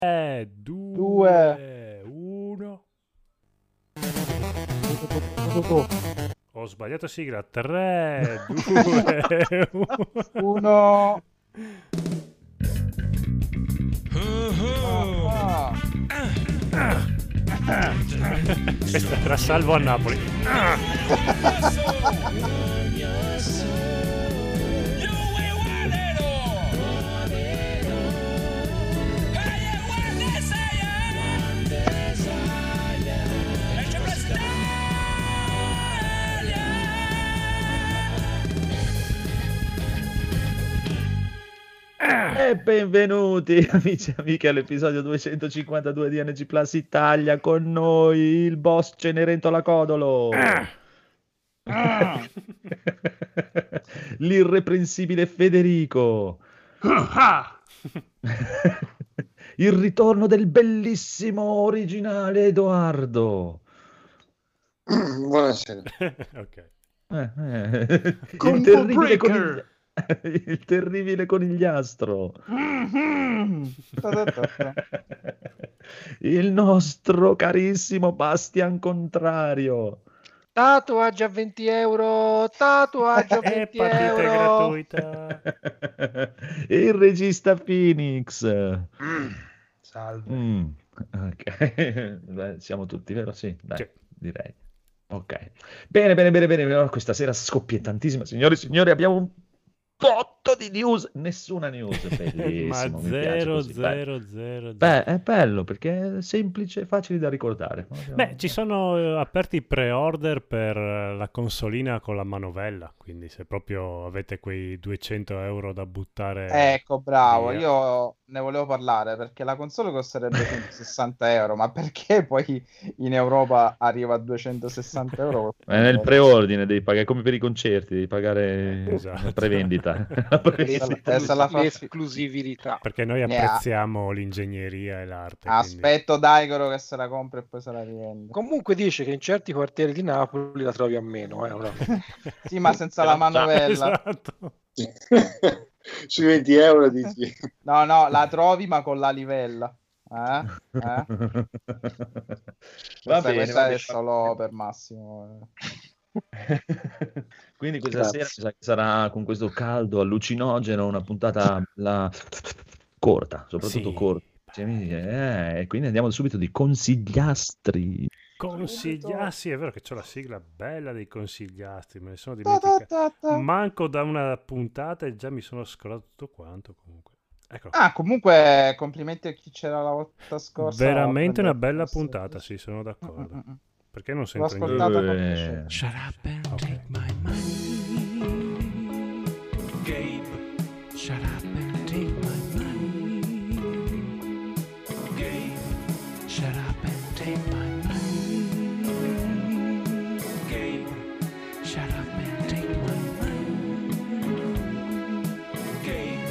2, 1. Ho sbagliato sigla. 3, 2, 1. Questa era Salvo a Napoli. E benvenuti amici e amiche all'episodio 252 di NG Plus Italia, con noi il boss Cenerentola Codolo, l'irreprensibile Federico, il ritorno del bellissimo originale Edoardo. Buonasera. Ok. Il terribile conigliastro. Il nostro carissimo Bastian Contrario. Tatuaggio a 20 euro. Tatuaggio a 20 Partita euro. gratuita. Il regista Phoenix. Salve. Ok. Beh, siamo tutti, vero? Sì, dai, Sì. direi. Ok. Bene. Questa sera scoppia tantissima. Signori e signori, abbiamo un botto di news. Nessuna news. Bellissimo. Ma mi piace così. zero. Beh, è bello perché è semplice, facile da ricordare. Beh, ci sono aperti i pre-order per la consolina con la manovella, quindi se proprio avete quei 200 euro da buttare... Ecco, bravo. via. Io ne volevo parlare perché la console costerebbe 160 euro, ma perché poi in Europa arriva a 260 euro? È nel preordine, devi pagare come per i concerti, devi pagare Esatto. la prevendita. L'esclusività. Perché noi apprezziamo l'ingegneria e l'arte. quindi- Aspetto Daigoro che se la compra e poi se la rivende. Comunque dice che in certi quartieri di Napoli la trovi a meno. Ora. Sì, ma senza la manovella. Esatto. Sui 20 euro dici. No, la trovi ma con la livella. Va Questa bene. è solo per Massimo. Quindi questa Grazie. sera mi sa che sarà, con questo caldo allucinogeno, una puntata corta, soprattutto Sì. corta. E quindi andiamo subito di consigliastri. Sì, è vero che c'ho la sigla bella dei consigliastri, me ne sono dimenticato. Manco da una puntata e già mi sono scordato tutto quanto comunque. Eccolo. Comunque complimenti a chi c'era la volta scorsa. Veramente una Prendete bella questo- puntata, sì, sono d'accordo. Perché non L'ho sento niente? ascoltata con piacere. Shut up and Ok. take my money. Gabe. Shut up and take my money. Gabe. Shut up and take my money. Gabe. Shut up and take my money. Gabe.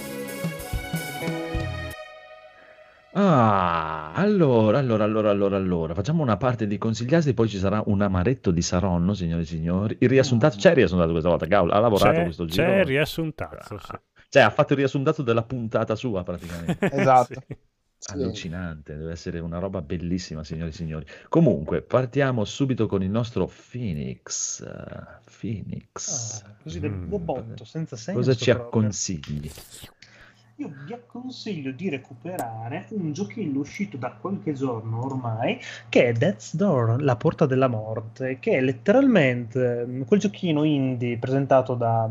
Allora. Facciamo una parte di consigliastri, poi ci sarà un amaretto di Saronno, signore e signori. Il riassuntato, c'è il riassuntato questa volta, Gaul, ha lavorato questo giro. C'è riassuntazzo, sì. Cioè, ha fatto il riassuntato della puntata sua, praticamente. Esatto. Sì. Allucinante, deve essere una roba bellissima, signori e signori. Comunque, partiamo subito con il nostro Phoenix. Così del botto, senza senso. Cosa ci proprio. consigli? Io vi consiglio di recuperare un giochino uscito da qualche giorno ormai, che è Death's Door, la porta della morte, che è letteralmente quel giochino indie presentato da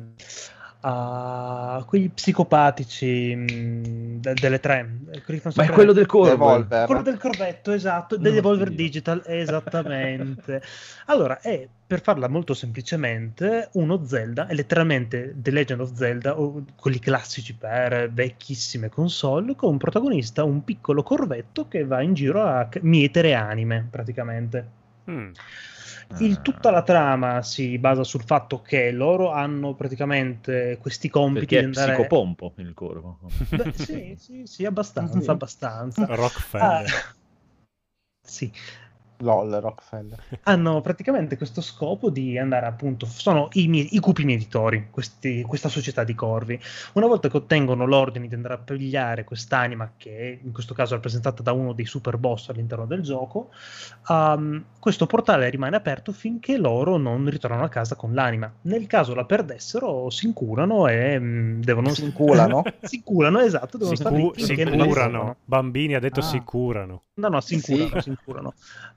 quegli psicopatici delle tre. Ma è quello del corvo. Devolver. Quello del corvetto, esatto, del Devolver Digital, esattamente. Allora, è, per farla molto semplicemente, uno Zelda, è letteralmente The Legend of Zelda, o quelli classici per vecchissime console, con un protagonista, un piccolo corvetto che va in giro a mietere anime, praticamente. Tutta la trama si basa sul fatto che loro hanno praticamente questi compiti Perché di è andare... psicopompo il corvo. Beh, sì, abbastanza. Rockefeller. Sì. LOL, Rockefeller. Hanno praticamente questo scopo di andare appunto, sono i cupi mietitori, questa società di corvi. Una volta che ottengono l'ordine di andare a pigliare quest'anima, che in questo caso è rappresentata da uno dei super boss all'interno del gioco, questo portale rimane aperto finché loro non ritornano a casa con l'anima. Nel caso la perdessero, si incurano e devono... Si inculano? Si incurano, esatto, devono stare lì Si finché non curano. ritornano. Bambini, ha detto Ah. si curano. No, si incurano, Sì. si incurano.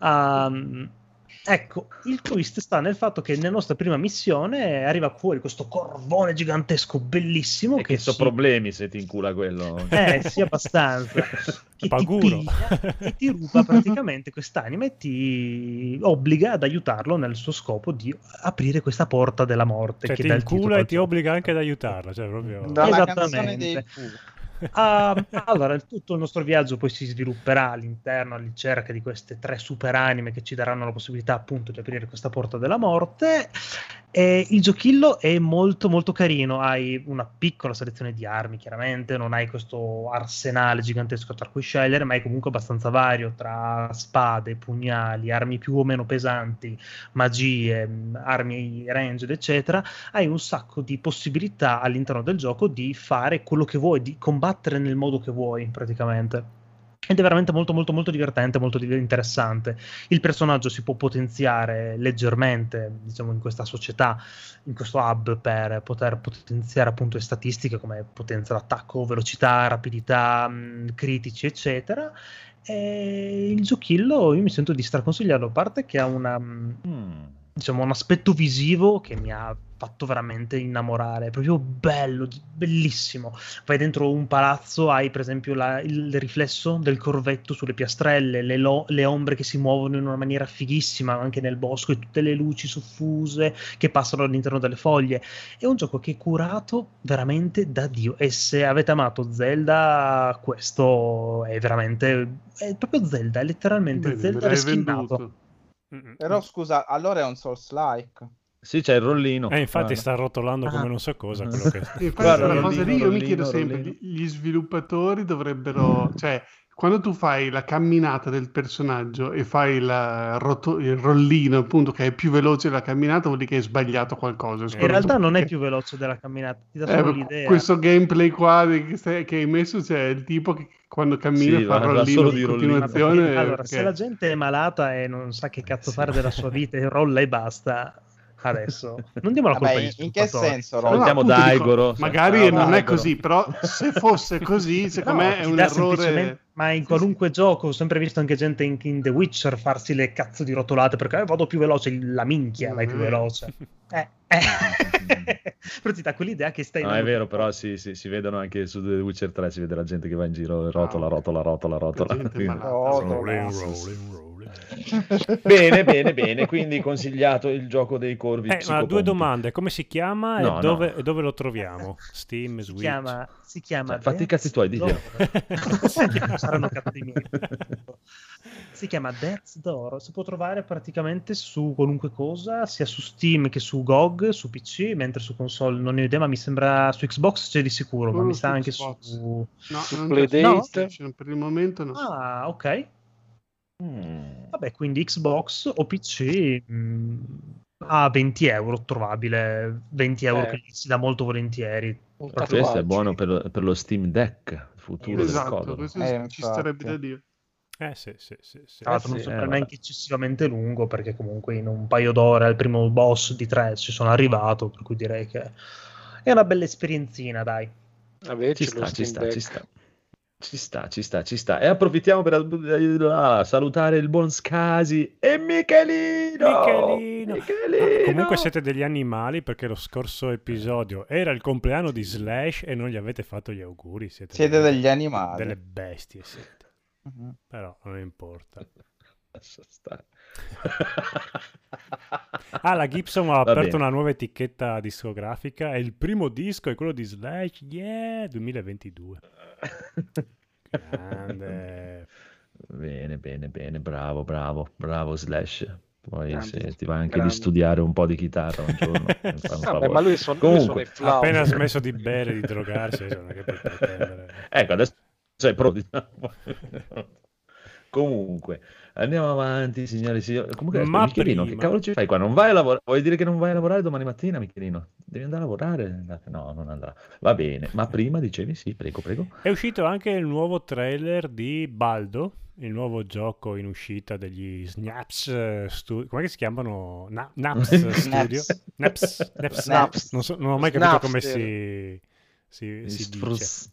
Ecco, il twist sta nel fatto che nella nostra prima missione arriva fuori questo corvone gigantesco bellissimo E che so problemi se ti incula quello. sì, abbastanza, che ti Paguro. piglia e ti ruba praticamente quest'anima e ti obbliga ad aiutarlo nel suo scopo di aprire questa porta della morte, Cioè che ti dà il titolo incula e al ti gioco. obbliga anche ad aiutarla. Cioè, proprio... Da una Esattamente. canzone dei Pooh. Allora, tutto il nostro viaggio poi si svilupperà all'interno, alla ricerca di queste 3 super anime che ci daranno la possibilità appunto di aprire questa porta della morte. E il giochillo è molto molto carino, hai una piccola selezione di armi, chiaramente non hai questo arsenale gigantesco tra cui scegliere, ma è comunque abbastanza vario tra spade, pugnali, armi più o meno pesanti, magie, armi ranged, eccetera. Hai un sacco di possibilità all'interno del gioco di fare quello che vuoi, di combattere nel modo che vuoi praticamente. Ed è veramente molto molto molto divertente, molto interessante. Il personaggio si può potenziare leggermente, diciamo, in questa società, in questo hub, per poter potenziare appunto le statistiche come potenza d'attacco, velocità, rapidità, critici, eccetera. E il giochillo io mi sento di straconsigliarlo, a parte che ha una... diciamo, un aspetto visivo che mi ha fatto veramente innamorare, è proprio bello, bellissimo. Vai dentro un palazzo, hai per esempio il riflesso del corvetto sulle piastrelle, le ombre che si muovono in una maniera fighissima anche nel bosco, e tutte le luci soffuse che passano all'interno delle foglie. È un gioco che è curato veramente da Dio, e se avete amato Zelda, questo è veramente, è proprio Zelda, è letteralmente Bene, me Zelda l'hai reskinnato. venduto. Però scusa, allora è un Souls-like. Sì, c'è il rollino. infatti Guarda. sta rotolando come non so cosa quello che... Infatti Guarda, quella cosa lì io mi rollino, chiedo sempre, rollino. gli sviluppatori dovrebbero, cioè, quando tu fai la camminata del personaggio e fai il rollino, appunto, che è più veloce della camminata, vuol dire che hai sbagliato qualcosa. In realtà non è più veloce della camminata, ti dà solo l'idea. Questo gameplay qua che hai messo, c'è il tipo che quando cammina Sì, fa il va rollino solo in di rollino. continuazione. Allora, perché- se la gente è malata e non sa che cazzo fare della sua vita e rolla e basta, adesso non diamo la colpa Vabbè, agli in che sviluppatori. senso, No, Rob? Salutiamo appunto Daigoro. magari Ciao, non è Daigoro. così, però se fosse così, secondo No, me è ti un dà errore. semplicemente- ma in qualunque gioco ho sempre visto anche gente in The Witcher farsi le cazzo di rotolate perché vado più veloce, la minchia vai più veloce. Però ti dà quell'idea che stai... No, è vero, però si vedono anche su The Witcher 3, si vede la gente che va in giro, rotola. Gente malata. Rolling, rolling, rolling. Bene, quindi consigliato il gioco dei corvi Ma psicopompi. 2 domande: come si chiama No, e dove lo troviamo? Steam, si Switch? chiama Cioè, fatti i cazzi tuoi, diglielo. Saranno cazzi miei. Si chiama Death's Door, si può trovare praticamente su qualunque cosa, sia su Steam che su GOG, su PC, mentre su console non ne ho idea, ma mi sembra su Xbox c'è di sicuro, ma Solo mi su sa anche Xbox. su... No, Su non Playdate? c'è No? PlayStation, per il momento no. Ah, ok. Mm. Vabbè, quindi Xbox o PC a 20 euro trovabile, 20 euro che si dà molto volentieri. Questo è buono per lo Steam Deck, il futuro del Esatto, codo. questo ci infatti. starebbe da dire. Sì. Tra l'altro non sì, sembra vabbè. neanche eccessivamente lungo, perché comunque in un paio d'ore al primo boss di 3 ci sono arrivato, per cui direi che è una bella esperienzina, dai. Ci sta. E approfittiamo per salutare il buon Scasi e Michelino. Comunque siete degli animali, perché lo scorso episodio era il compleanno di Slash e non gli avete fatto gli auguri. Siete degli animali. Delle bestie siete. Però non importa. Lascia stare. La Gibson ha Va aperto bene. una nuova etichetta discografica e il primo disco è quello di Slash, 2022. Grande. Bene, bravo Slash. Poi Grande, se ti va anche grande. di studiare un po' di chitarra un giorno, fai un favore. Ma lui suona Comunque, i flauti. Appena ha smesso di bere, di drogarsi, non è che puoi pretendere. ecco, adesso sei pronto. Comunque, andiamo avanti, signori e signori. Comunque, aspetta, Ma Michelino, che prima, cavolo ci fai qua? Non vai a lavorare? Vuoi dire che non vai a lavorare domani mattina, Michelino? Devi andare a lavorare? No, non andrà. Va bene, ma prima dicevi sì, prego, prego. è uscito anche il nuovo trailer di Baldo, il nuovo gioco in uscita degli Snaps Studio. Come si chiamano? Naps Studio? Naps. Snaps. Non ho mai capito come Snapster. si dice.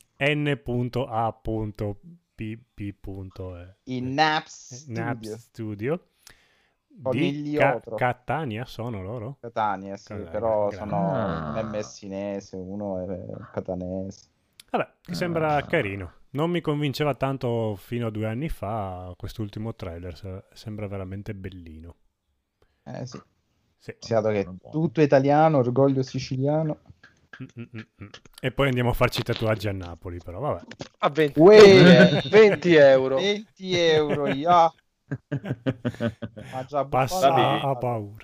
N.A.P.P. In Naps Naps Studio. Studio di Conigliotro. Catania sono loro? Catania, sì, Catania, però grande. sono Ah. un è messinese, uno è catanese. Vabbè, che sembra Ah. carino. Non mi convinceva tanto fino a 2 anni fa, quest'ultimo trailer sembra veramente bellino. Sì. Sì. Dato che è Buono. tutto italiano, orgoglio siciliano. E poi andiamo a farci tatuaggi a Napoli, però vabbè. A 20, Uè. 20 euro. 20 euro, ya. Ma già Passa bene. a paura.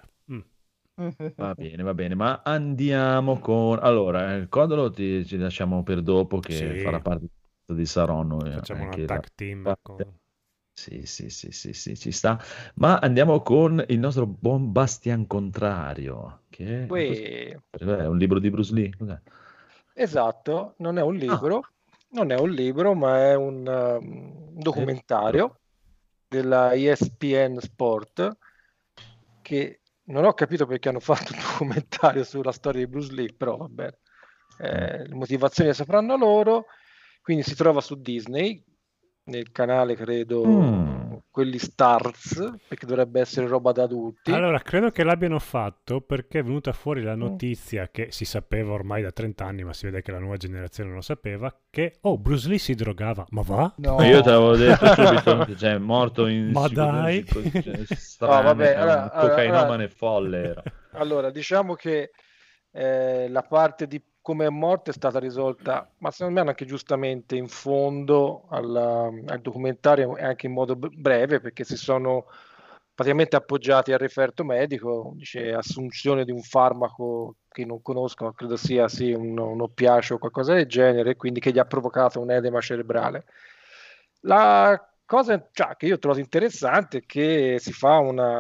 Va bene, ma andiamo con... Allora, il Codolo ci lasciamo per dopo, che Sì. farà parte di Saronno. Facciamo una anche tag team parte. con... Sì, ci sta. Ma andiamo con il nostro buon Bastian Contrario, che Uè. è un libro di Bruce Lee. Cos'è? Esatto, non è un libro, ma è un documentario della ESPN Sport, che non ho capito perché hanno fatto un documentario sulla storia di Bruce Lee, però va bene. Le motivazioni le sapranno loro, quindi si trova su Disney, nel canale credo quelli Stars, perché dovrebbe essere roba da adulti. Allora, credo che l'abbiano fatto perché è venuta fuori la notizia che si sapeva ormai da 30 anni, ma si vede che la nuova generazione non lo sapeva, che Bruce Lee si drogava. Ma va? No. Io te l'avevo detto subito, cioè è morto in Ma dai! strane, vabbè, un cocainomane folle era. Allora, diciamo che la parte di come è morto è stata risolta, ma secondo me anche giustamente in fondo al documentario e anche in modo breve, perché si sono praticamente appoggiati al referto medico, dice assunzione di un farmaco che non conosco, credo sia sì, un oppiaceo o qualcosa del genere, quindi che gli ha provocato un edema cerebrale. La cosa che io ho trovato interessante è che si fa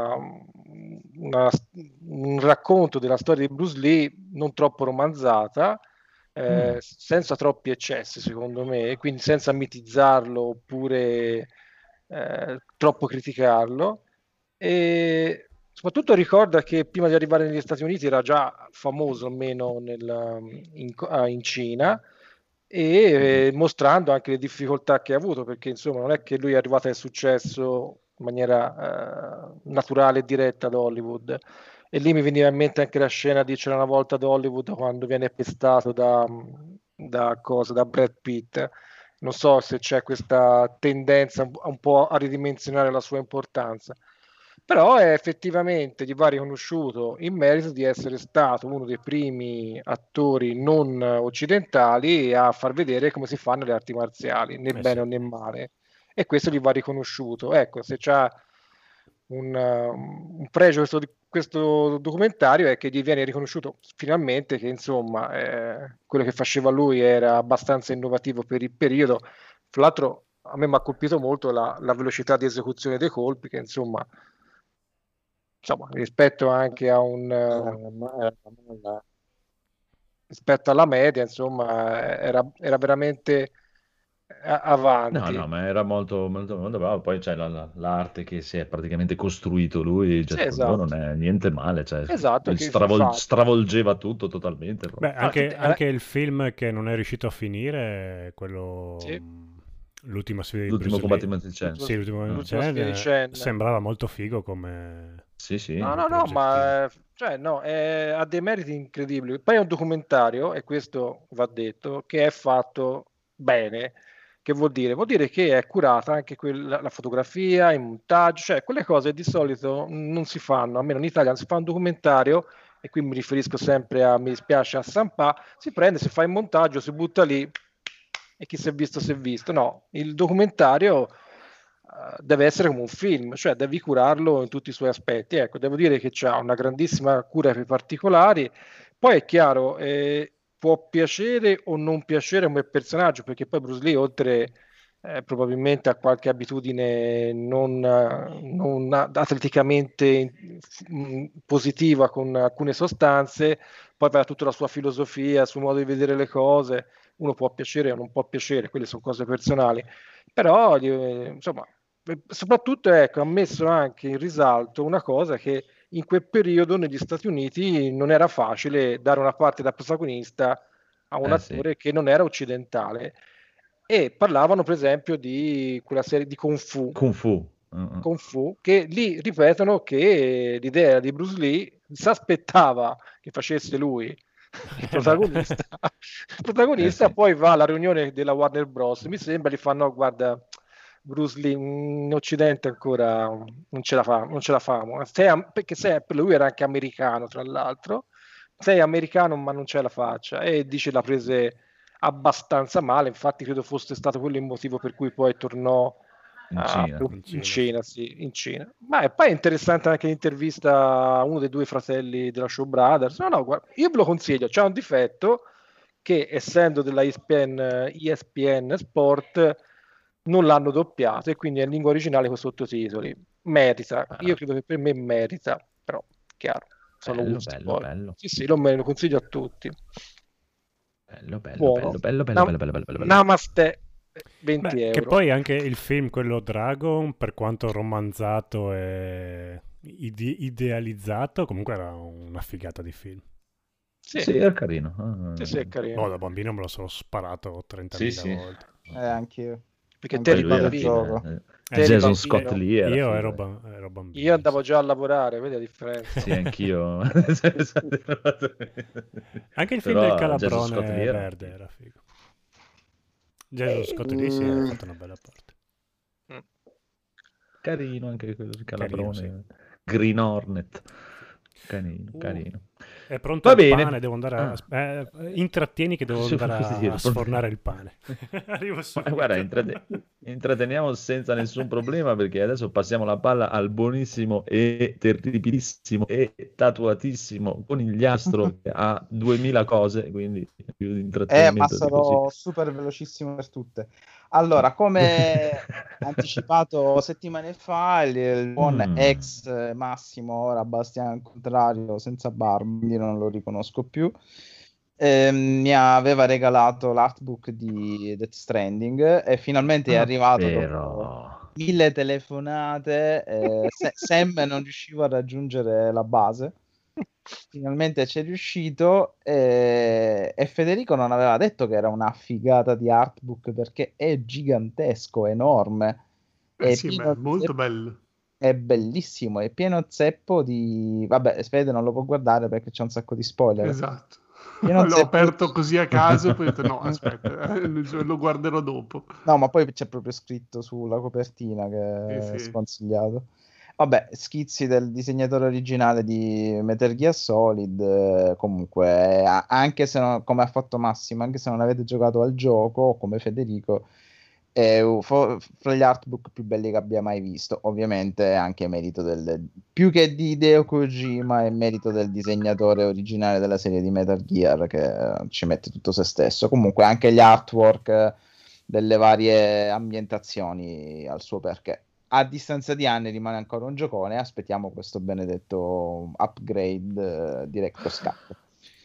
un racconto della storia di Bruce Lee non troppo romanzata, senza troppi eccessi secondo me, quindi senza mitizzarlo oppure troppo criticarlo, e soprattutto ricorda che prima di arrivare negli Stati Uniti era già famoso almeno in Cina, e mostrando anche le difficoltà che ha avuto, perché insomma non è che lui è arrivato al successo in maniera naturale e diretta ad Hollywood, e lì mi veniva in mente anche la scena di C'era una volta ad Hollywood, quando viene pestato da Brad Pitt. Non so se c'è questa tendenza un po' a ridimensionare la sua importanza, però effettivamente gli va riconosciuto in merito di essere stato uno dei primi attori non occidentali a far vedere come si fanno le arti marziali, né bene o né male, e questo gli va riconosciuto. Ecco, se c'ha un pregio questo documentario è che gli viene riconosciuto finalmente che insomma quello che faceva lui era abbastanza innovativo per il periodo. Tra l'altro a me mi ha colpito molto la velocità di esecuzione dei colpi, che insomma rispetto anche a rispetto alla media, insomma, era veramente avanti. No, ma era molto, molto, molto bravo. Poi c'è l'arte che si è praticamente costruito lui, Sì, esatto. non è niente male, cioè, Esatto, che stravolgeva tutto totalmente. Beh, anche il film che non è riuscito a finire, quello... Sì. L'ultima sfida di L'ultimo Bruce combattimento di Chen. Sì, l'ultimo sfida di Chen. sembrava molto figo come... Sì. No, ma ha dei meriti incredibili. Poi è un documentario, e questo va detto, che è fatto bene. Che vuol dire? Vuol dire che è curata anche la fotografia, il montaggio, cioè quelle cose di solito non si fanno, almeno in Italia non si fa un documentario, e qui mi riferisco sempre mi dispiace a Sampa, si prende, si fa il montaggio, si butta lì e chi si è visto si è visto. No, il documentario deve essere come un film, cioè devi curarlo in tutti i suoi aspetti. Ecco, devo dire che c'ha una grandissima cura per i particolari. Poi è chiaro, può piacere o non piacere come personaggio, perché poi Bruce Lee, oltre probabilmente ha qualche abitudine non atleticamente positiva con alcune sostanze, poi avrà tutta la sua filosofia, il suo modo di vedere le cose, uno può piacere o non può piacere, quelle sono cose personali, però insomma, soprattutto ecco, ha messo anche in risalto una cosa che in quel periodo negli Stati Uniti non era facile dare una parte da protagonista a un attore che non era occidentale. E parlavano per esempio di quella serie di Kung Fu, che lì ripetono che l'idea di Bruce Lee si aspettava che facesse lui il protagonista, poi va alla riunione della Warner Bros. Mi sembra, gli fanno: guarda, Bruce Lee in Occidente ancora non ce la famo, perché lui era anche americano, tra l'altro, sei americano ma non ce la faccia, e dice la prese abbastanza male, infatti credo fosse stato quello il motivo per cui poi tornò in Cina. Ma poi è interessante anche l'intervista a uno dei due fratelli della Shaw Brothers. Guarda, io ve lo consiglio, c'è un difetto che, essendo della ESPN Sport, non l'hanno doppiato e quindi è in lingua originale con sottotitoli. Merita, io credo che per me merita, però chiaro, sono bello. Sì, lo consiglio a tutti. Bello. Namaste, 20 euro. Che poi anche il film, quello Dragon, per quanto romanzato e idealizzato, comunque era una figata di film. Sì, è carino. Sì, è carino. Da bambino me lo sono sparato 30.000 volte. Anch'io. Perché te Jason Scott lì era io ero bambino. Io andavo già a lavorare, vedi la differenza. Sì, anch'io. Anche il film del Calabrone verde era figo. Jason Scott lì si era fatto una bella parte. Carino anche quello del Calabrone. Carino, sì. Green Hornet. Carino. È pronto il pane, devo andare intrattieni che devo andare a sfornare il pane. Arrivo subito. Guarda, intrateniamo senza nessun problema, perché adesso passiamo la palla al buonissimo e terribilissimo e tatuatissimo conigliastro che ha 2000 cose, quindi più di intrattenimento. Ma sarò super velocissimo per tutte. Allora, come anticipato settimane fa, il buon ex Massimo, ora Bastian Contrario, senza barba, quindi non lo riconosco più, mi aveva regalato l'artbook di Death Stranding e finalmente è arrivato dopo 1000 telefonate. Sam non riuscivo a raggiungere la base. Finalmente ci è riuscito e Federico non aveva detto che era una figata di artbook, perché è gigantesco, enorme, è molto bello, è bellissimo, è pieno zeppo di... Vabbè, Fede non lo può guardare perché c'è un sacco di spoiler. Esatto. L'ho aperto così a caso e poi ho detto no, aspetta, lo guarderò dopo. No, ma poi c'è proprio scritto sulla copertina che è sconsigliato. Vabbè, schizzi del disegnatore originale di Metal Gear Solid, comunque, anche se non, come ha fatto Massimo, anche se non avete giocato al gioco, come Federico, è fra gli artbook più belli che abbia mai visto. Ovviamente è anche merito più che di Hideo Kojima, è merito del disegnatore originale della serie di Metal Gear, che ci mette tutto se stesso. Comunque anche gli artwork delle varie ambientazioni al suo perché. A distanza di anni rimane ancora un giocone, aspettiamo questo benedetto upgrade Director's Cut.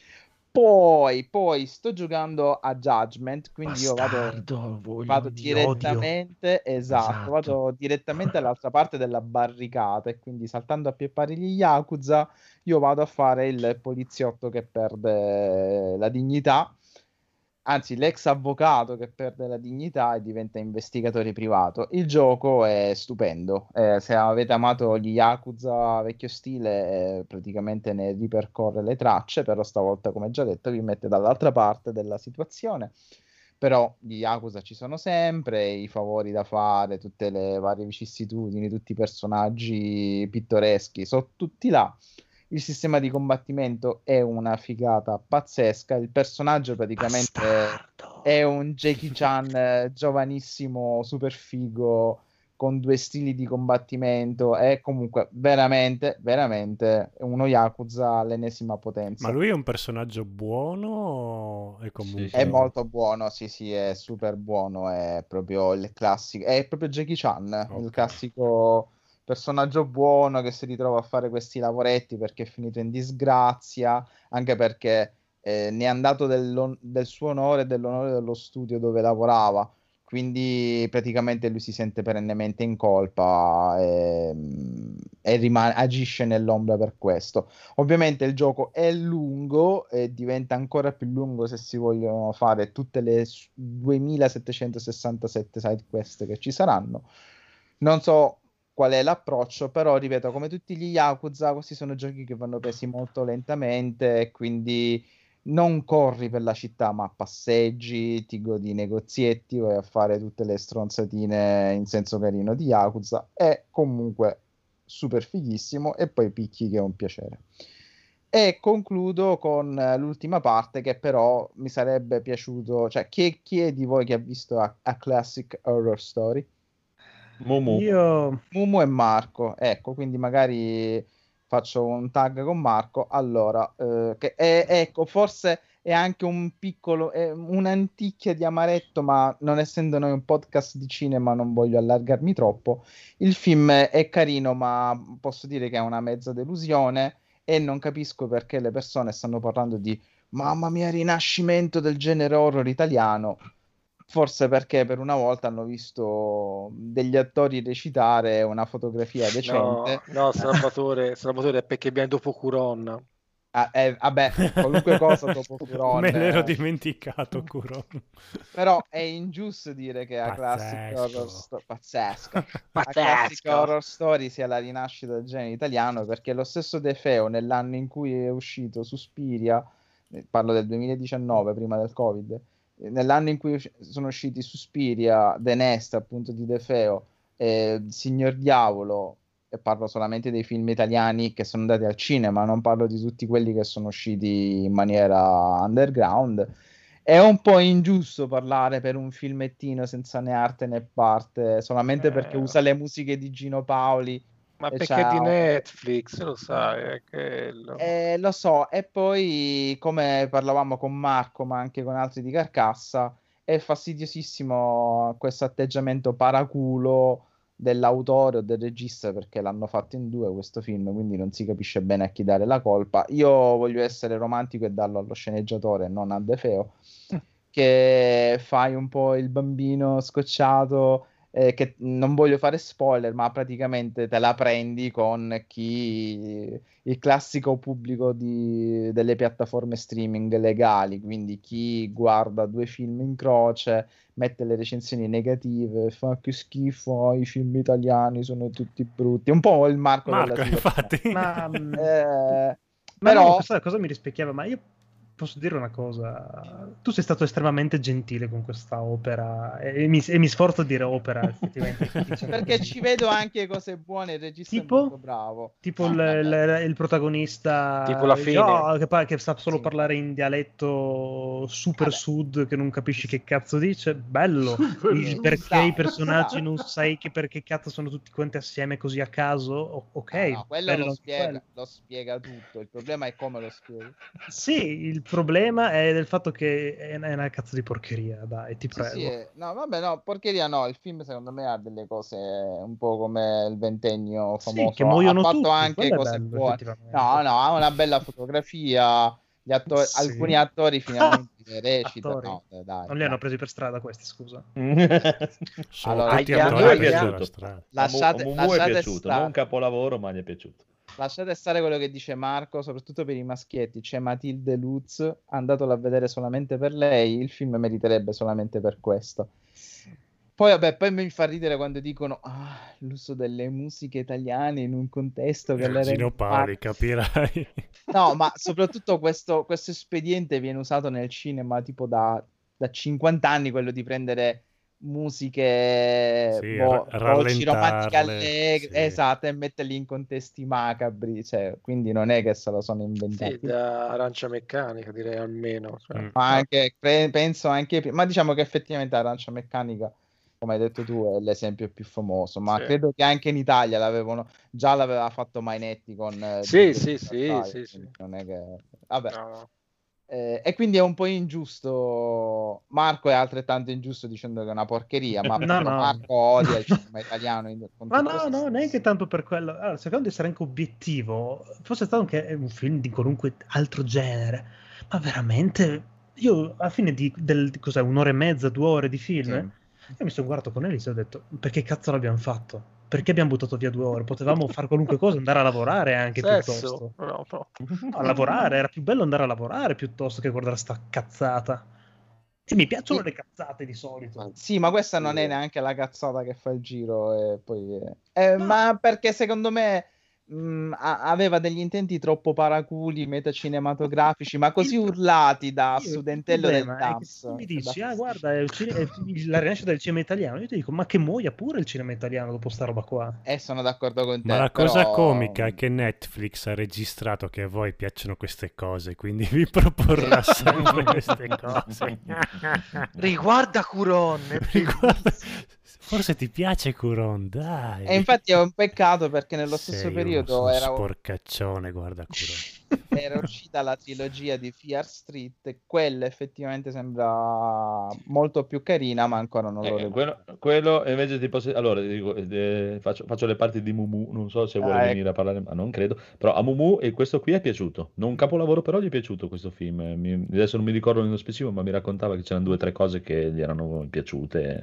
Poi sto giocando a Judgment, quindi vado direttamente, esatto, vado direttamente all'altra parte della barricata, e quindi saltando a pie pari gli Yakuza io vado a fare il poliziotto che perde la dignità, anzi l'ex avvocato che perde la dignità e diventa investigatore privato. Il gioco è stupendo, se avete amato gli Yakuza vecchio stile, praticamente ne ripercorre le tracce, però stavolta, come già detto, vi mette dall'altra parte della situazione. Però gli Yakuza ci sono sempre, i favori da fare, tutte le varie vicissitudini, tutti i personaggi pittoreschi sono tutti là. Il sistema di combattimento è una figata pazzesca. Il personaggio praticamente è un Jackie Chan giovanissimo, super figo, con 2 stili di combattimento, è comunque veramente, veramente uno Yakuza all'ennesima potenza. Ma lui è un personaggio buono e comunque... È molto buono, sì, è super buono, è proprio il classico, è proprio Jackie Chan, il classico personaggio buono che si ritrova a fare questi lavoretti perché è finito in disgrazia, anche perché ne è andato del suo onore e dell'onore dello studio dove lavorava. Quindi praticamente lui si sente perennemente in colpa e agisce nell'ombra per questo. Ovviamente il gioco è lungo e diventa ancora più lungo se si vogliono fare tutte le 2767 side quest che ci saranno. Non so qual è l'approccio, però ripeto, come tutti gli Yakuza, questi sono giochi che vanno presi molto lentamente e quindi non corri per la città, ma passeggi, ti godi i negozietti, vai a fare tutte le stronzatine in senso carino di Yakuza. È comunque super fighissimo e poi picchi che è un piacere. E concludo con l'ultima parte che però mi sarebbe piaciuto, cioè chi è di voi che ha visto a Classic Horror Story? Mumu. Mumu e Marco, ecco, quindi magari faccio un tag con Marco. Allora, ecco, forse è anche un piccolo, un'anticchia di amaretto, ma non essendo noi un podcast di cinema non voglio allargarmi troppo. Il film è carino, ma posso dire che è una mezza delusione e non capisco perché le persone stanno parlando di mamma mia, rinascimento del genere horror italiano. Forse perché per una volta hanno visto degli attori recitare una fotografia decente. No, Salvatore è perché abbiamo dopo Curon. Vabbè, qualunque cosa dopo Curon. Me l'ero dimenticato, Curon. Però è ingiusto dire che a Classic Horror Story Classic Horror Story sia la rinascita del genere italiano, perché lo stesso De Feo nell'anno in cui è uscito Suspiria, parlo del 2019, prima del Covid, nell'anno in cui sono usciti Suspiria, The Nest, appunto di De Feo, Signor Diavolo, e parlo solamente dei film italiani che sono andati al cinema, non parlo di tutti quelli che sono usciti in maniera underground. È un po' ingiusto parlare per un filmettino senza né arte né parte, solamente perché usa le musiche di Gino Paoli. Ma perché è di Netflix, lo sai, è quello. Lo so, e poi come parlavamo con Marco, ma anche con altri di Carcassa, è fastidiosissimo questo atteggiamento paraculo dell'autore o del regista, perché l'hanno fatto in 2 questo film, quindi non si capisce bene a chi dare la colpa. Io voglio essere romantico e darlo allo sceneggiatore, non a De Feo, che fai un po' il bambino scocciato, che non voglio fare spoiler, ma praticamente te la prendi con il classico pubblico delle piattaforme streaming legali, quindi chi guarda 2 film in croce, mette le recensioni negative, fa che schifo, i film italiani sono tutti brutti, un po' il Marco della infatti. Ma però questa cosa mi rispecchiava, ma io posso dire una cosa, tu sei stato estremamente gentile con questa opera e mi sforzo di dire opera effettivamente perché ci vedo anche cose buone, il regista è molto bravo, tipo il protagonista tipo la fine che sa solo parlare in dialetto super sud, che non capisci che cazzo dice, bello, perché i personaggi non sai perché cazzo sono tutti quanti assieme così a caso, ok, no, quello lo spiega tutto, il problema è come lo spiega. Sì, il problema è del fatto che è una cazzo di porcheria, dai, ti prego. Sì, no, vabbè, no, porcheria no, il film secondo me ha delle cose un po' come il Ventennio famoso, sì, che muoiono ha fatto tutti, anche cose bello, buone. No, ha una bella fotografia, gli attori, sì. alcuni attori finalmente recitano. No, dai, non li hanno presi per strada questi, scusa. Sono tutti attori presi per strada. Mumu è piaciuto, non un capolavoro, ma gli è piaciuto. Lasciate stare quello che dice Marco, soprattutto per i maschietti. C'è Matilde Lutz, andatelo a vedere solamente per lei, il film meriterebbe solamente per questo. Poi vabbè, poi mi fa ridere quando dicono l'uso delle musiche italiane in un contesto che le Gino Paoli, capirai. No, ma soprattutto questo espediente viene usato nel cinema tipo da 50 anni, quello di prendere musiche voci romantiche allegre, esatto, e metterli in contesti macabri, cioè, quindi non è che se lo sono inventati. Sì, da Arancia Meccanica direi almeno, cioè. Ma anche penso anche, ma diciamo che effettivamente Arancia Meccanica come hai detto tu, è l'esempio più famoso, ma Sì. credo che anche in Italia già l'aveva fatto Mainetti con Sì, Due sì, Guardai, sì, sì. quindi non è che... Vabbè. No. E quindi è un po' ingiusto. Marco è altrettanto ingiusto dicendo che è una porcheria, ma No, perché no. Marco odia il cinema italiano con Ma tutto no, se no, stesso. neanche tanto per quello. Allora, cercando di essere anche obiettivo, fosse stato anche un film di qualunque altro genere, ma veramente, io alla fine cos'è, 1 ora e mezza, 2 ore di film, Sì. io mi sono guardato con Elisa e ho detto, perché cazzo l'abbiamo fatto? Perché abbiamo buttato via 2 ore? Potevamo fare qualunque cosa, andare a lavorare anche Sesso? piuttosto. No, no. A lavorare, era più bello andare a lavorare piuttosto che guardare sta cazzata. E mi piacciono le cazzate di solito. Sì, ma questa non è neanche la cazzata che fa il giro. E poi, No. ma perché secondo me aveva degli intenti troppo paraculi, metacinematografici, ma così urlati da Il studentello del problema è che se DAMS. mi che dici, dà guarda, è la rinascita del cinema italiano, io ti dico, ma che muoia pure il cinema italiano dopo sta roba qua. sono d'accordo con te. Ma la cosa però... comica è che Netflix ha registrato che a voi piacciono queste cose, quindi vi proporrà sempre queste cose. Riguarda Curon. Riguarda... Forse ti piace Curon, dai. E infatti è un peccato perché nello Sei stesso uno periodo era sporcaccione, guarda Curon. era uscita la trilogia di Fear Street e quella effettivamente sembra molto più carina, ma ancora non l'ho recuperato. Quello invece allora dico, faccio le parti di Mumu, non so se vuole venire a parlare, ma non credo, però a Mumu e questo qui è piaciuto, non un capolavoro, però gli è piaciuto questo film. Adesso non mi ricordo nello specifico, ma mi raccontava che c'erano 2 o 3 cose che gli erano piaciute.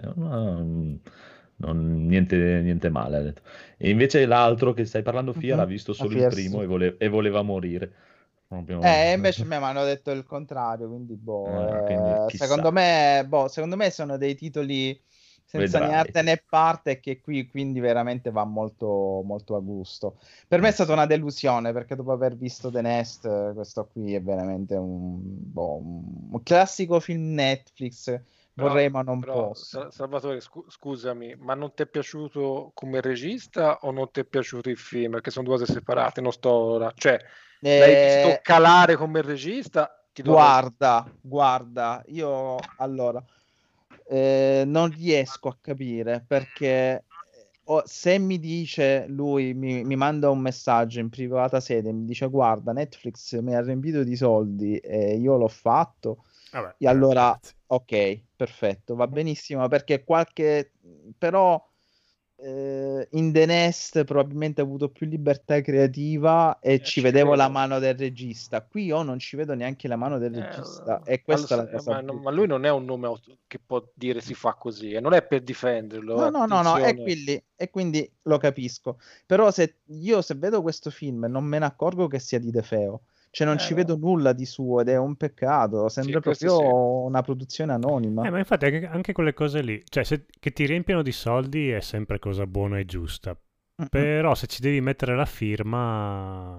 Niente male, ha detto. E invece l'altro che stai parlando, Fia, l'ha visto solo il Fear primo Street. e voleva morire. Proprio... Invece a me mi hanno detto il contrario, quindi, quindi chissà. secondo me sono dei titoli senza né Vedrai. arte né parte che qui quindi veramente va molto, molto a gusto. Per me è stata una delusione perché dopo aver visto The Nest, questo qui è veramente un classico film Netflix. Vorrei ma non posso. Salvatore, scusami, ma non ti è piaciuto come regista o non ti è piaciuto il film? Perché sono 2 cose separate, non sto ora. Cioè, l'hai visto calare come regista? Guarda, io allora non riesco a capire perché se mi dice lui, mi manda un messaggio in privata sede, mi dice guarda, Netflix mi ha riempito di soldi e io l'ho fatto. Vabbè, E allora, grazie. ok, perfetto, va benissimo perché però in The Nest probabilmente ha avuto più libertà creativa e ci vedevo la mano del regista. Qui io non ci vedo neanche la mano del regista e questa è la cosa ma lui non è un nome che può dire si fa così e non è per difenderlo. No, e quindi lo capisco. Però se vedo questo film non me ne accorgo che sia di De Feo. Cioè non ci vedo nulla di suo ed è un peccato, sembra proprio una produzione anonima. Ma infatti anche quelle cose lì, cioè che ti riempiono di soldi è sempre cosa buona e giusta, però se ci devi mettere la firma,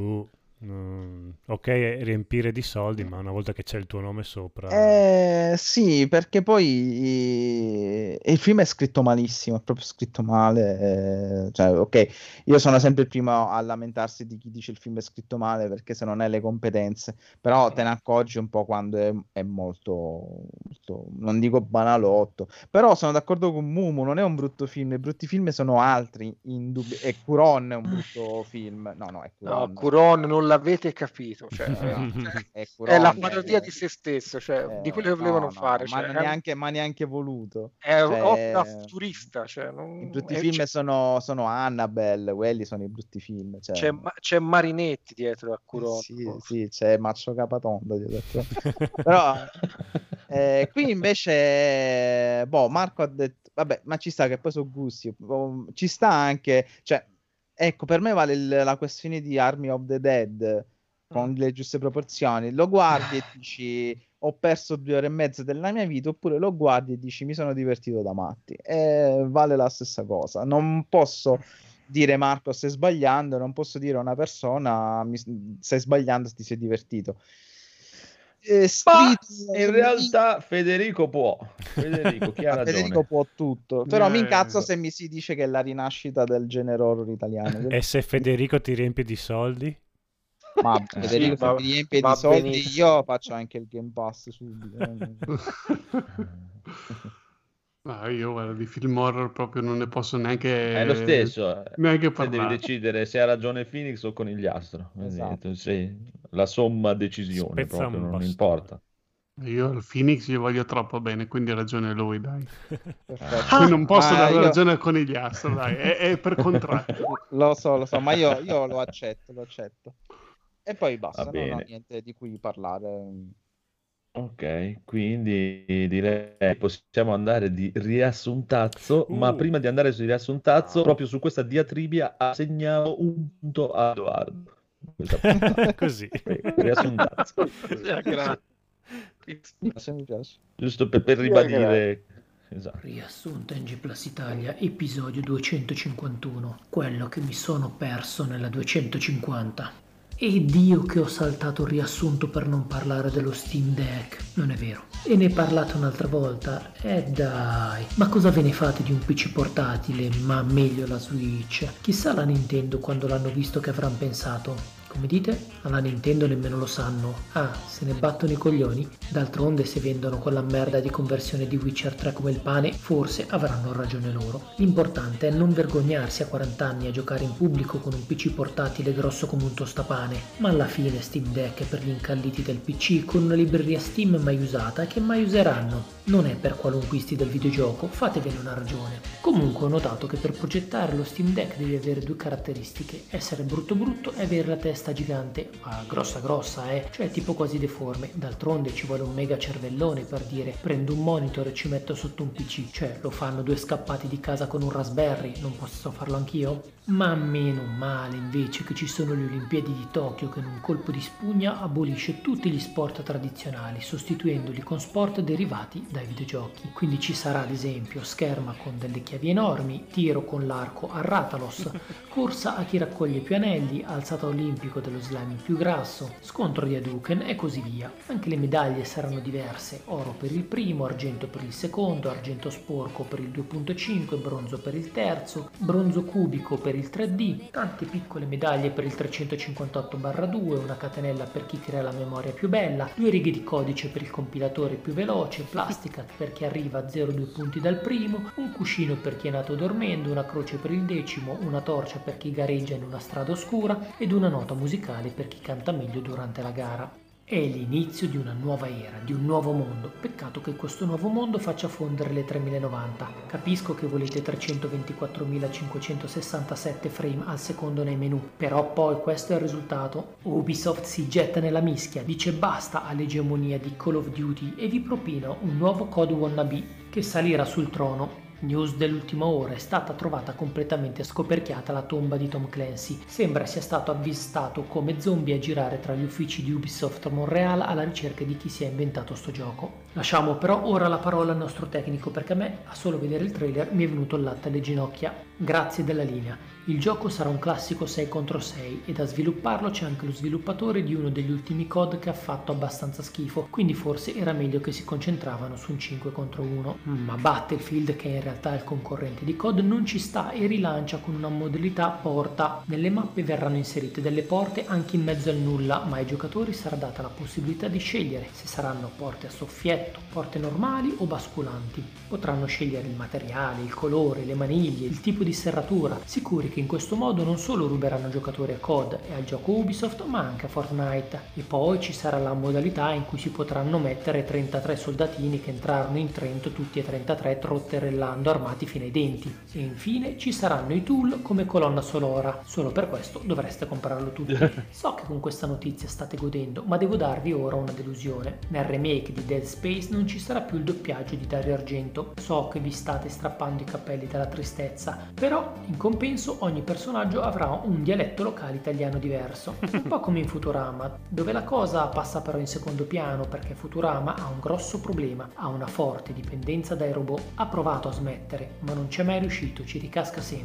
ok, riempire di soldi, ma una volta che c'è il tuo nome sopra... Sì, perché poi il film è scritto malissimo, è proprio scritto male. Cioè, ok, io sono sempre il primo a lamentarsi di chi dice il film è scritto male perché se non hai le competenze, però te ne accorgi un po' quando è molto, molto, non dico banalotto, però sono d'accordo con Mumu, non è un brutto film, i brutti film sono altri, e Curon è un brutto film. No, è Curon. No, Curon non l'avete capito, cioè, è la parodia di se stesso, cioè, di quello che volevano fare, ma neanche voluto. È un'opera futurista, cioè, i brutti film sono Annabelle, quelli sono i brutti film, cioè. C'è Marinetti dietro a Curon. Sì, c'è Maccio Capatonda dietro. Però qui invece Marco ha detto vabbè, ma ci sta che poi sono gusti, ci sta anche, cioè ecco, per me vale la questione di Army of the Dead con le giuste proporzioni. Lo guardi e dici ho perso 2 ore e mezza della mia vita, oppure lo guardi e dici mi sono divertito da matti. Vale la stessa cosa. Non posso dire Marco stai sbagliando, non posso dire a una persona stai sbagliando, ti sei divertito. In realtà Federico può. Chi ha ragione? Federico può tutto, però mi incazzo se mi si dice che è la rinascita del genere horror italiano. E se Federico ti riempie di soldi? Ma Federico se mi riempie di soldi io faccio anche il Game Pass subito. Io guarda, di film horror proprio non ne posso neanche È lo stesso. neanche Te devi parlare. decidere se ha ragione Phoenix o Conigliastro. Esatto. La somma decisione Spezza proprio, un non bastone. importa. Io al Phoenix gli voglio troppo bene, quindi ha ragione lui, dai. Perfetto. Qui non posso Ma dare io- ragione al conigliastro, dai, è per contratto. Lo so, ma io lo accetto. E poi Va basta, non ho bene. niente di cui parlare. Ok, quindi direi possiamo andare di riassuntazzo, ma prima di andare sul riassuntazzo, proprio su questa diatribia assegniamo un punto a Edoardo. Questa puntata. Così. Riassuntazzo. Mi piace. Giusto per ribadire. Esatto. Riassunto NG Plus Italia, episodio 251, quello che mi sono perso nella 250. E Dio che ho saltato il riassunto per non parlare dello Steam Deck, non è vero. E ne parlate un'altra volta? Dai, ma cosa ve ne fate di un PC portatile, ma meglio la Switch? Chissà la Nintendo quando l'hanno visto che avranno pensato. Come dite? Alla Nintendo nemmeno lo sanno. Ah, se ne battono i coglioni? D'altronde se vendono quella merda di conversione di Witcher 3 come il pane, forse avranno ragione loro. L'importante è non vergognarsi a 40 anni a giocare in pubblico con un PC portatile grosso come un tostapane. Ma alla fine Steam Deck è per gli incalliti del PC con una libreria Steam mai usata e che mai useranno. Non è per qualunquisti del videogioco, fatevene una ragione. Comunque ho notato che per progettare lo Steam Deck devi avere due caratteristiche: essere brutto e avere la testa gigante, ma grossa, cioè tipo quasi deforme. D'altronde ci vuole un mega cervellone per dire prendo un monitor e ci metto sotto un PC, cioè lo fanno due scappati di casa con un Raspberry, non posso farlo anch'io? Ma meno male invece che ci sono le Olimpiadi di Tokyo che in un colpo di spugna abolisce tutti gli sport tradizionali sostituendoli con sport derivati dai videogiochi. Quindi ci sarà ad esempio scherma con delle chiavi enormi, tiro con l'arco a Ratalos, corsa a chi raccoglie più anelli, alzata olimpico dello slime più grasso, scontro di Hadouken e così via. Anche le medaglie saranno diverse: oro per il primo, argento per il secondo, argento sporco per il 2.5, bronzo per il terzo, bronzo cubico per il 3D, tante piccole medaglie per il 358/2, una catenella per chi crea la memoria più bella, 2 righe di codice per il compilatore più veloce, plastica per chi arriva a 0,2 punti dal primo, un cuscino per chi è nato dormendo, una croce per il decimo, una torcia per chi gareggia in una strada oscura ed una nota musicale per chi canta meglio durante la gara. È l'inizio di una nuova era, di un nuovo mondo. Peccato che questo nuovo mondo faccia fondere le 3090. Capisco che volete 324.567 frame al secondo nei menu, però poi questo è il risultato. Ubisoft si getta nella mischia, dice basta all'egemonia di Call of Duty e vi propina un nuovo COD wannabe che salirà sul trono. News dell'ultima ora: è stata trovata completamente scoperchiata la tomba di Tom Clancy. Sembra sia stato avvistato come zombie a girare tra gli uffici di Ubisoft Montreal alla ricerca di chi si è inventato sto gioco. Lasciamo però ora la parola al nostro tecnico, perché a me, a solo vedere il trailer, mi è venuto il latte alle ginocchia. Grazie della linea. Il gioco sarà un classico 6 contro 6 e da svilupparlo c'è anche lo sviluppatore di uno degli ultimi COD che ha fatto abbastanza schifo, quindi forse era meglio che si concentravano su un 5 contro 1. Ma Battlefield, che in realtà è il concorrente di COD, non ci sta e rilancia con una modalità porta. Nelle mappe verranno inserite delle porte anche in mezzo al nulla, ma ai giocatori sarà data la possibilità di scegliere se saranno porte a soffietto, porte normali o basculanti. Potranno scegliere il materiale, il colore, le maniglie, il tipo di serratura, sicuri che in questo modo non solo ruberanno giocatori a COD e al gioco Ubisoft, ma anche a Fortnite. E poi ci sarà la modalità in cui si potranno mettere 33 soldatini che entrarono in Trento tutti e 33 trotterellando armati fino ai denti. E infine ci saranno i tool come colonna sonora. Solo per questo dovreste comprarlo tutti. So che con questa notizia state godendo, ma devo darvi ora una delusione. Nel remake di Dead Space non ci sarà più il doppiaggio di Dario Argento. So che vi state strappando i capelli dalla tristezza, però in compenso ogni personaggio avrà un dialetto locale italiano diverso, un po' come in Futurama, dove la cosa passa però in secondo piano perché Futurama ha un grosso problema: ha una forte dipendenza dai robot. Ha provato a smettere, ma non c'è mai riuscito, ci ricasca sempre.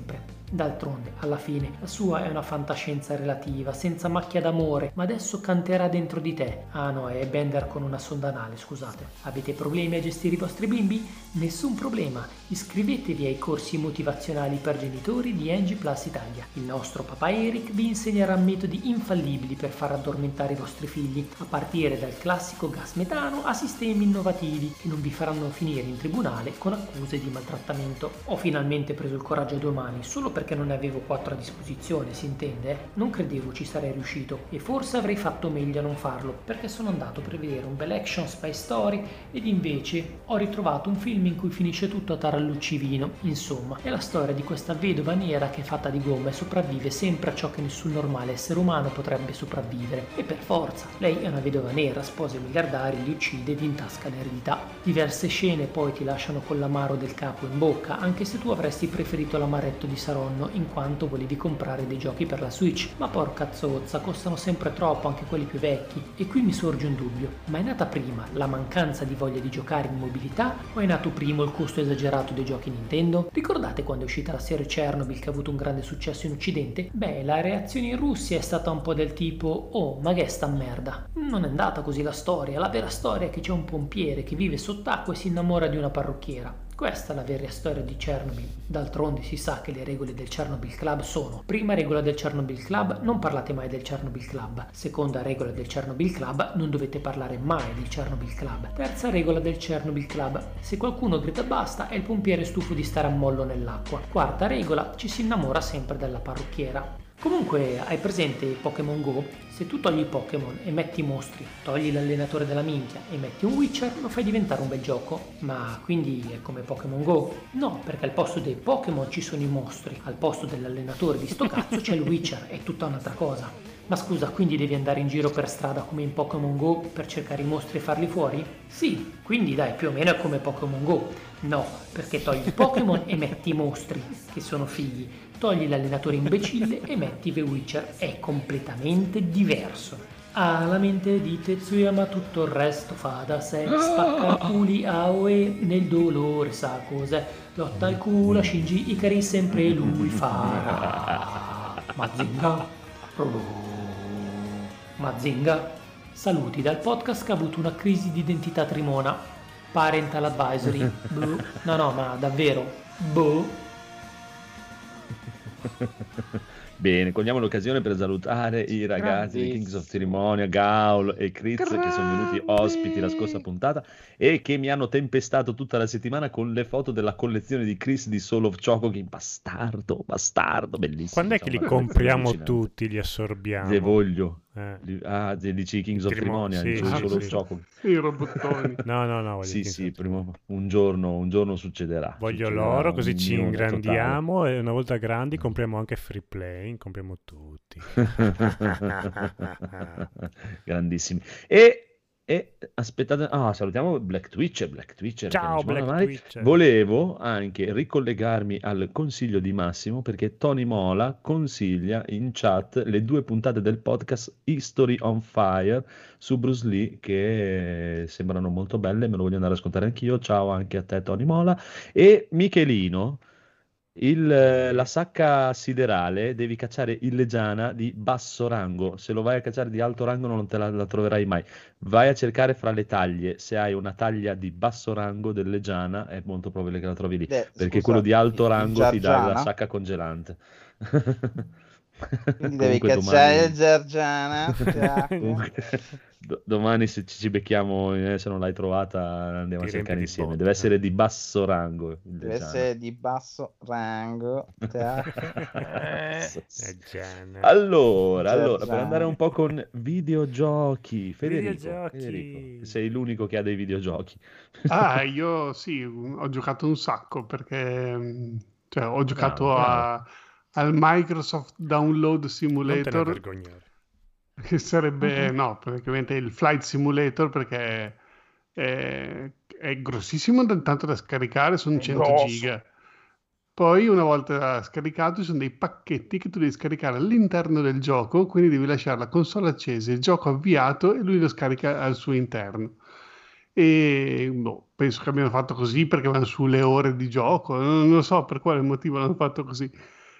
D'altronde, alla fine, la sua è una fantascienza relativa, senza macchia d'amore, ma adesso canterà dentro di te. Ah no, è Bender con una sonda anale, scusate. Avete problemi a gestire i vostri bimbi? Nessun problema, iscrivetevi ai corsi motivazionali per genitori di NG Plus Italia. Il nostro papà Eric vi insegnerà metodi infallibili per far addormentare i vostri figli, a partire dal classico gas metano a sistemi innovativi che non vi faranno finire in tribunale con accuse di maltrattamento. Ho finalmente preso il coraggio a 2 mani, solo perché non ne avevo 4 a disposizione, si intende? Non credevo ci sarei riuscito e forse avrei fatto meglio a non farlo, perché sono andato per vedere un bel action spy story ed invece ho ritrovato un film in cui finisce tutto a tarallucci vino. Insomma, è la storia di questa vedova nera che è fatta di gomma e sopravvive sempre a ciò che nessun normale essere umano potrebbe sopravvivere. E per forza, lei è una vedova nera, sposa i miliardari, li uccide ed intasca l'eredità. Diverse scene poi ti lasciano con l'amaro del capo in bocca, anche se tu avresti preferito l'amaretto di Saronno in quanto volevi comprare dei giochi per la Switch. Ma porca zozza, costano sempre troppo anche quelli più vecchi. E qui mi sorge un dubbio: ma è nata prima la mancanza di voglia di giocare in mobilità o è nato primo il costo esagerato dei giochi Nintendo? Ricordate quando è uscita la serie Chernobyl che ha avuto un grande successo in Occidente? Beh, la reazione in Russia è stata un po' del tipo: oh, ma che è sta merda? Non è andata così la storia. La vera storia è che c'è un pompiere che vive sott'acqua e si innamora di una parrucchiera. Questa è la vera storia di Chernobyl. D'altronde si sa che le regole del Chernobyl Club sono: prima regola del Chernobyl Club, non parlate mai del Chernobyl Club. Seconda regola del Chernobyl Club, non dovete parlare mai del Chernobyl Club. Terza regola del Chernobyl Club: se qualcuno grida basta è il pompiere stufo di stare a mollo nell'acqua. Quarta regola: ci si innamora sempre della parrucchiera. Comunque, hai presente Pokémon Go? Se tu togli i Pokémon e metti i mostri, togli l'allenatore della minchia e metti un Witcher, lo fai diventare un bel gioco. Ma quindi è come Pokémon Go? No, perché al posto dei Pokémon ci sono i mostri, al posto dell'allenatore di sto cazzo c'è il Witcher, è tutta un'altra cosa. Ma scusa, quindi devi andare in giro per strada come in Pokémon Go per cercare i mostri e farli fuori? Sì, quindi dai, più o meno è come Pokémon Go. No, perché togli i Pokémon e metti i mostri, che sono figli. Togli l'allenatore imbecille e metti The Witcher. È completamente diverso. Ha la mente di Tetsuya ma tutto il resto fa da sé. Spacca culi Aoe nel dolore sa cos'è. Lotta al culo a Shinji Ikari sempre lui farà. Mazinga. Mazinga. Saluti dal podcast che ha avuto una crisi di identità trimona. Parental advisory. Boh. No, ma davvero. Boh. Bene, cogliamo l'occasione per salutare i ragazzi di Kings of Cerimonia, Gaul e Critz, che sono venuti ospiti la scorsa puntata e che mi hanno tempestato tutta la settimana con le foto della collezione di Chris di Soul of Chocoking. Bastardo, bellissimo. Quando è che li compriamo tutti, li assorbiamo? Le voglio. Dici Kings of Cerimonia, sì, Soul of Chocoking. I robottoni. No. Sì, un giorno succederà. Voglio l'oro, così ci ingrandiamo e una volta grandi compriamo anche Free Play, compriamo tutti. Grandissimi. E aspettate, salutiamo Black Twitcher. Ciao Black Twitcher. Volevo anche ricollegarmi al consiglio di Massimo, perché Tony Mola consiglia in chat le 2 puntate del podcast History on Fire su Bruce Lee, che sembrano molto belle, me lo voglio andare a ascoltare anch'io. Ciao anche a te Tony Mola. E Michelino, la sacca siderale devi cacciare il Legiana di basso rango. Se lo vai a cacciare di alto rango non te la troverai mai. Vai a cercare fra le taglie, se hai una taglia di basso rango del Legiana è molto probabile che la trovi lì, perché quello di alto rango ti dà la sacca congelante. Quindi devi cacciare il Giargiana. Domani se ci becchiamo, se non l'hai trovata andiamo a cercare insieme. Deve essere di basso rango. Deve essere di basso rango. Allora, per andare un po' con videogiochi, Federico, sei l'unico che ha dei videogiochi. Io sì, ho giocato un sacco perché ho giocato al Microsoft Download Simulator. Non te ne vergognare. Che sarebbe, praticamente il Flight Simulator, perché è grossissimo, tanto da scaricare, sono 100 giga. Poi una volta scaricato ci sono dei pacchetti che tu devi scaricare all'interno del gioco, quindi devi lasciare la console accesa, il gioco avviato e lui lo scarica al suo interno. E penso che abbiano fatto così perché vanno sulle ore di gioco, non lo so per quale motivo l'hanno fatto così.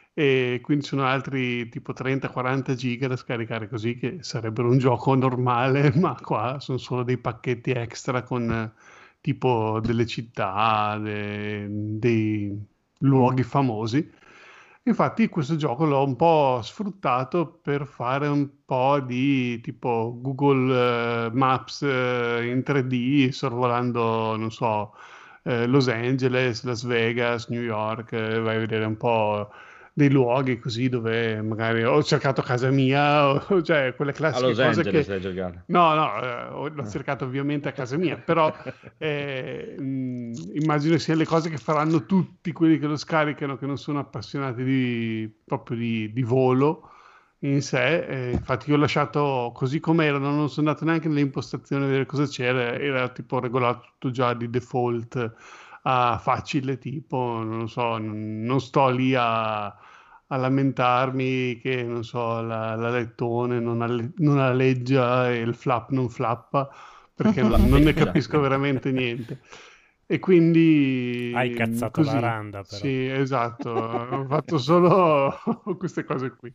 e quindi sono altri tipo 30-40 giga da scaricare così, che sarebbero un gioco normale, ma qua sono solo dei pacchetti extra con tipo delle città, dei luoghi famosi. Infatti questo gioco l'ho un po' sfruttato per fare un po' di tipo Google Maps in 3D, sorvolando, non so, Los Angeles, Las Vegas, New York, vai a vedere un po' dei luoghi così dove magari ho cercato casa mia, cioè quelle A classiche Los cose Angeles che... hai giocato. No, l'ho cercato ovviamente a casa mia, però immagino siano le cose che faranno tutti quelli che lo scaricano, che non sono appassionati proprio di volo in sé. Infatti io ho lasciato così com'era, non sono andato neanche nelle impostazioni a vedere cosa c'era, era tipo regolato tutto già di default a facile, tipo, non so, non sto lì a lamentarmi che, non so, la lettone non alleggia e il flap non flappa, perché non ne capisco veramente niente. E quindi... Hai cazzato così. la randa, però. Sì, esatto, ho fatto solo queste cose qui.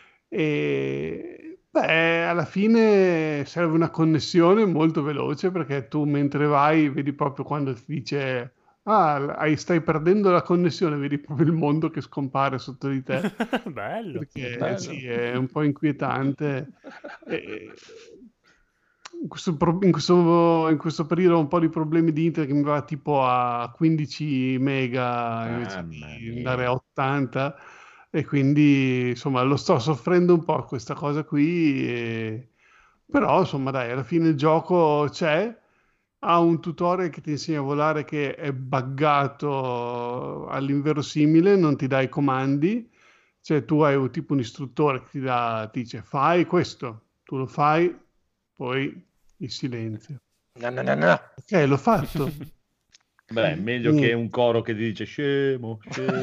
E beh, alla fine serve una connessione molto veloce, perché tu mentre vai vedi proprio quando ti dice stai perdendo la connessione, vedi proprio il mondo che scompare sotto di te. Bello. Perché Bello. sì, è un po' inquietante. E in questo periodo ho un po' di problemi di internet, che mi va tipo a 15 mega invece Mamma di mia. andare a 80, e quindi insomma lo sto soffrendo un po' questa cosa qui, però insomma dai, alla fine il gioco c'è, ha un tutorial che ti insegna a volare che è buggato all'inverosimile, non ti dà i comandi, cioè tu hai tipo un istruttore che ti dice fai questo, tu lo fai, poi il silenzio. No. Ok, l'ho fatto. Beh, meglio che un coro che ti dice scemo.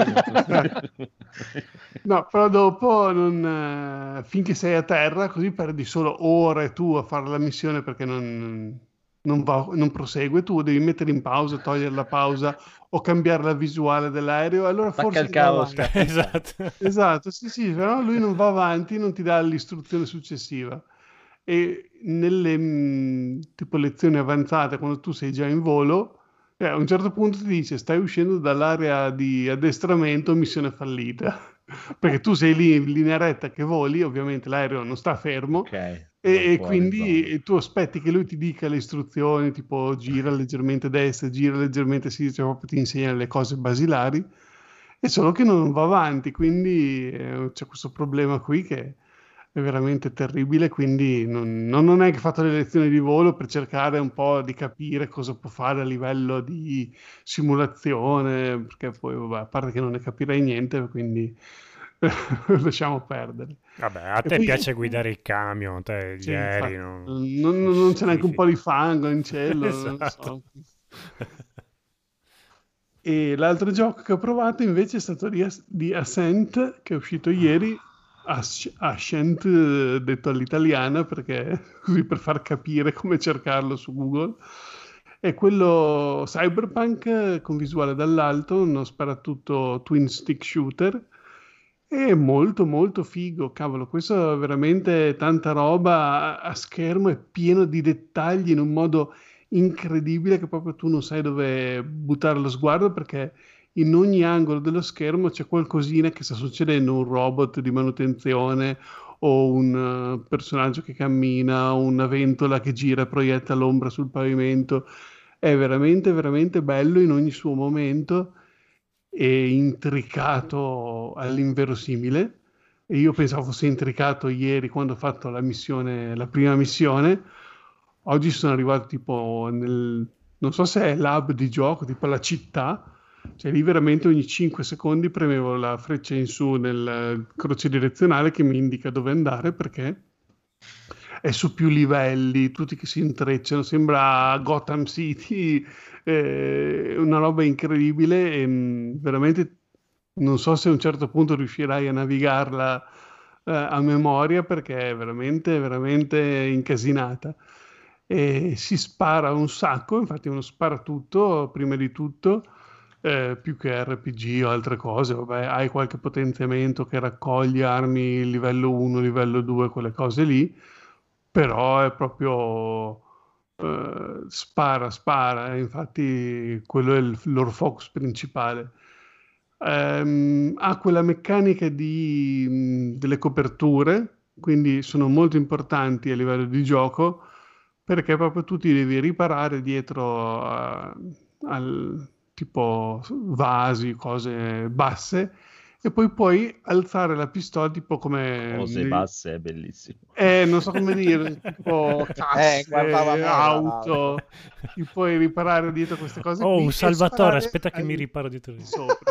No, però dopo finché sei a terra, così perdi solo ore tu a fare la missione, perché non prosegue, tu devi mettere in pausa, togliere la pausa o cambiare la visuale dell'aereo, allora Stacca forse il cavo, va avanti. Esatto. Sì, però lui non va avanti, non ti dà l'istruzione successiva. E nelle tipo lezioni avanzate, quando tu sei già in volo, a un certo punto ti dice stai uscendo dall'area di addestramento, missione fallita. Perché tu sei lì in linea retta che voli, ovviamente l'aereo non sta fermo, Ok, e fuori quindi tu aspetti che lui ti dica le istruzioni, tipo gira leggermente a destra, gira leggermente a sinistra, proprio ti insegna le cose basilari, e solo che non va avanti, quindi c'è questo problema qui che è veramente terribile, quindi non è che ho fatto le lezioni di volo per cercare un po' di capire cosa può fare a livello di simulazione, perché poi, vabbè, a parte che non ne capirei niente, quindi lasciamo perdere. Vabbè, a E te poi- piace guidare il camion, te gli Sì, aerei infatti, non... non c'è neanche un po' di fango in cielo, non Esatto. so. E l'altro gioco che ho provato invece è stato di Ascent, che è uscito ieri, Ascent detto all'italiana, perché così per far capire come cercarlo su Google. È quello cyberpunk con visuale dall'alto, uno sparatutto twin stick shooter. È molto molto figo, cavolo, questo è veramente tanta roba a schermo, è pieno di dettagli in un modo incredibile che proprio tu non sai dove buttare lo sguardo, perché in ogni angolo dello schermo c'è qualcosina che sta succedendo, un robot di manutenzione o un personaggio che cammina, o una ventola che gira e proietta l'ombra sul pavimento. È veramente veramente bello in ogni suo momento e intricato all'inverosimile. E io pensavo fosse intricato ieri quando ho fatto la prima missione. Oggi sono arrivato tipo non so se è l'hub di gioco, tipo la città, cioè lì veramente ogni 5 secondi premevo la freccia in su nel croce direzionale che mi indica dove andare, perché è su più livelli, tutti che si intrecciano, sembra Gotham City, una roba incredibile, e veramente non so se a un certo punto riuscirai a navigarla a memoria, perché è veramente, veramente incasinata. E si spara un sacco, infatti uno spara tutto, prima di tutto. più che RPG o altre cose. Vabbè, hai qualche potenziamento che raccoglie armi livello 1, livello 2, quelle cose lì, però è proprio spara, infatti quello è il loro focus principale. Ha quella meccanica delle coperture, quindi sono molto importanti a livello di gioco, perché proprio tu ti devi riparare dietro al tipo vasi, cose basse, e poi puoi alzare la pistola tipo come... Cose basse, è bellissimo. Non so come dire, tipo casse, auto, ti puoi riparare dietro queste cose. Oh, qui un e salvatore, sparare aspetta che mi riparo dietro di sopra.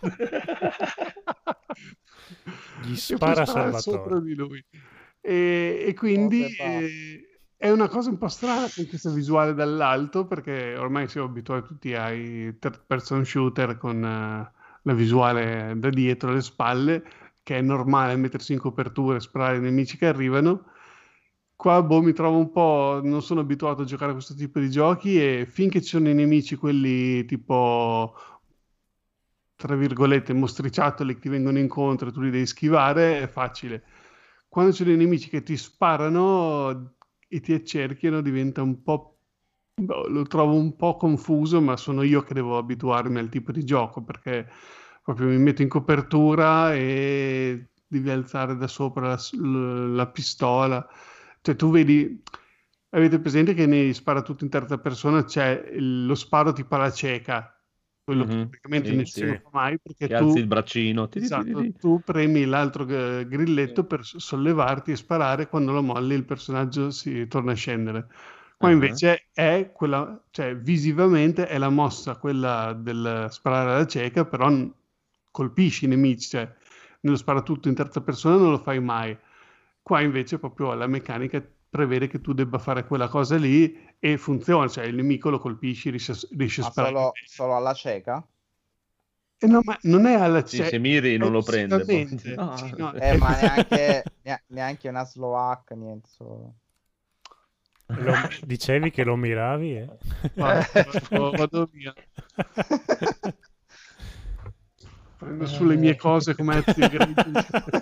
Gli E spara puoi sparare Salvatore. sopra di lui. E quindi è una cosa un po' strana con questa visuale dall'alto, perché ormai siamo abituati tutti ai third person shooter con la visuale da dietro alle spalle, che è normale mettersi in copertura e sparare ai nemici che arrivano. Qua mi trovo un po', non sono abituato a giocare a questo tipo di giochi, e finché ci sono i nemici, quelli tipo, tra virgolette, mostriciattoli che ti vengono incontro e tu li devi schivare, è facile. Quando ci sono i nemici che ti sparano e ti accerchiano, diventa un po'... lo trovo un po' confuso, ma sono io che devo abituarmi al tipo di gioco, perché proprio mi metto in copertura e devi alzare da sopra la pistola. Cioè tu vedi, avete presente che nei sparatutto in terza persona c'è lo sparo tipo alla cieca, quello che praticamente nessuno fa mai, perché che tu alzi il braccino. esatto, tu premi l'altro grilletto per sollevarti e sparare, quando lo molli il personaggio si torna a scendere. Qua invece è quella, cioè visivamente è la mossa, quella del sparare alla cieca, però colpisci i nemici, cioè nello sparatutto in terza persona non lo fai mai. Qua invece proprio la meccanica prevede che tu debba fare quella cosa lì e funziona, cioè il nemico lo colpisci, riesci a sparare. Solo alla cieca? No, ma non è alla Sì, se miri non lo prende. Sì, no, ma neanche una slovacca, niente solo. Dicevi che lo miravi, vado via. Prendo sulle mie cose come azzi grigi.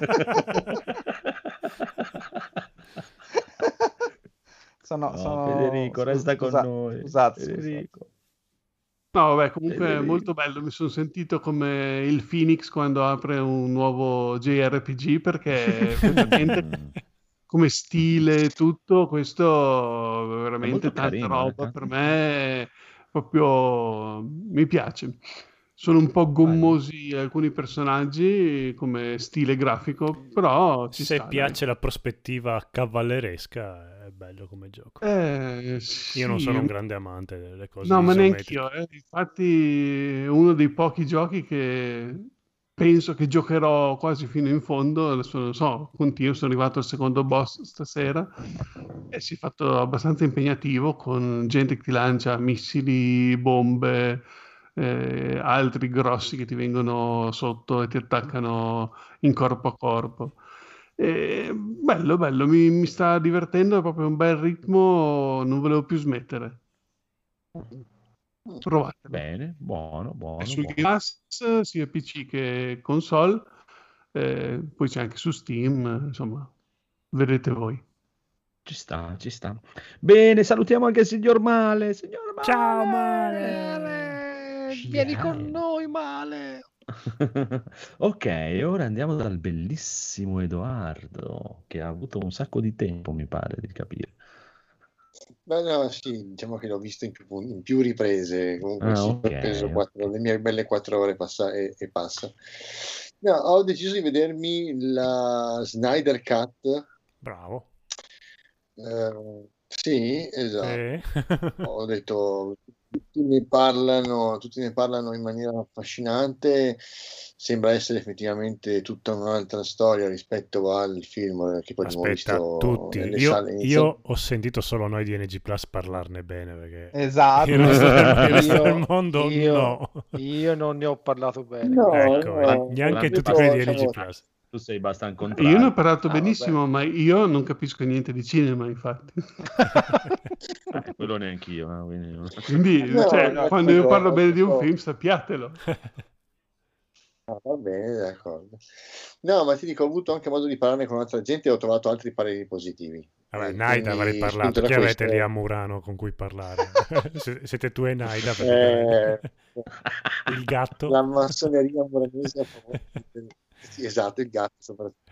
Federico, resta con noi. Federico. No, vabbè, comunque è molto bello. Mi sono sentito come il Phoenix quando apre un nuovo JRPG, perché veramente come stile tutto questo veramente tanta carino, roba. Per me proprio mi piace. Sono un po' gommosi alcuni personaggi come stile grafico, però ci se sta, piace la prospettiva cavalleresca è bello come gioco. Sì. Io non sono un grande amante delle cose no, ma isometriche. neanch'io. Infatti è uno dei pochi giochi che penso che giocherò quasi fino in fondo. Adesso non so, continuo, sono arrivato al secondo boss stasera e si è fatto abbastanza impegnativo, con gente che ti lancia missili, bombe, altri grossi che ti vengono sotto e ti attaccano in corpo a corpo. Bello, mi sta divertendo, è proprio un bel ritmo, non volevo più smettere. Provate. Bene, buono. È sul Game Pass, sia PC che console, poi c'è anche su Steam, insomma, vedete voi. Ci sta. Bene, salutiamo anche il signor Male. Ciao Male! Vieni con noi, Male! Ok, ora andiamo dal bellissimo Edoardo, che ha avuto un sacco di tempo, mi pare di capire. Beh, no, sì, diciamo che l'ho visto in più riprese, comunque ho preso le mie belle 4 ore e passa. No, ho deciso di vedermi la Snyder Cut. Bravo. Sì, esatto. Ho detto, tutti ne parlano in maniera affascinante. Sembra essere effettivamente tutta un'altra storia rispetto al film che poi abbiamo visto tutti. nelle sale. Io ho sentito solo noi di NG Plus parlarne bene, perché esatto. io non so nel mondo, io non ne ho parlato bene. Ecco, neanche tutti quelli di NG Plus. Tu sei abbastanza Io contrario. ne ho parlato benissimo, ma io non capisco niente di cinema, infatti. Quello neanch'io. Quindi, quando io parlo bene di un film, sappiatelo. Va bene, d'accordo. No, ma ti dico, ho avuto anche modo di parlarne con altra gente e ho trovato altri pareri positivi. Vabbè, Naida avrei parlato. Chi avete lì a Murano con cui parlare? Siete tu e Naida? Il gatto? La massoneria muranese. Sì, esatto, il gatto soprattutto.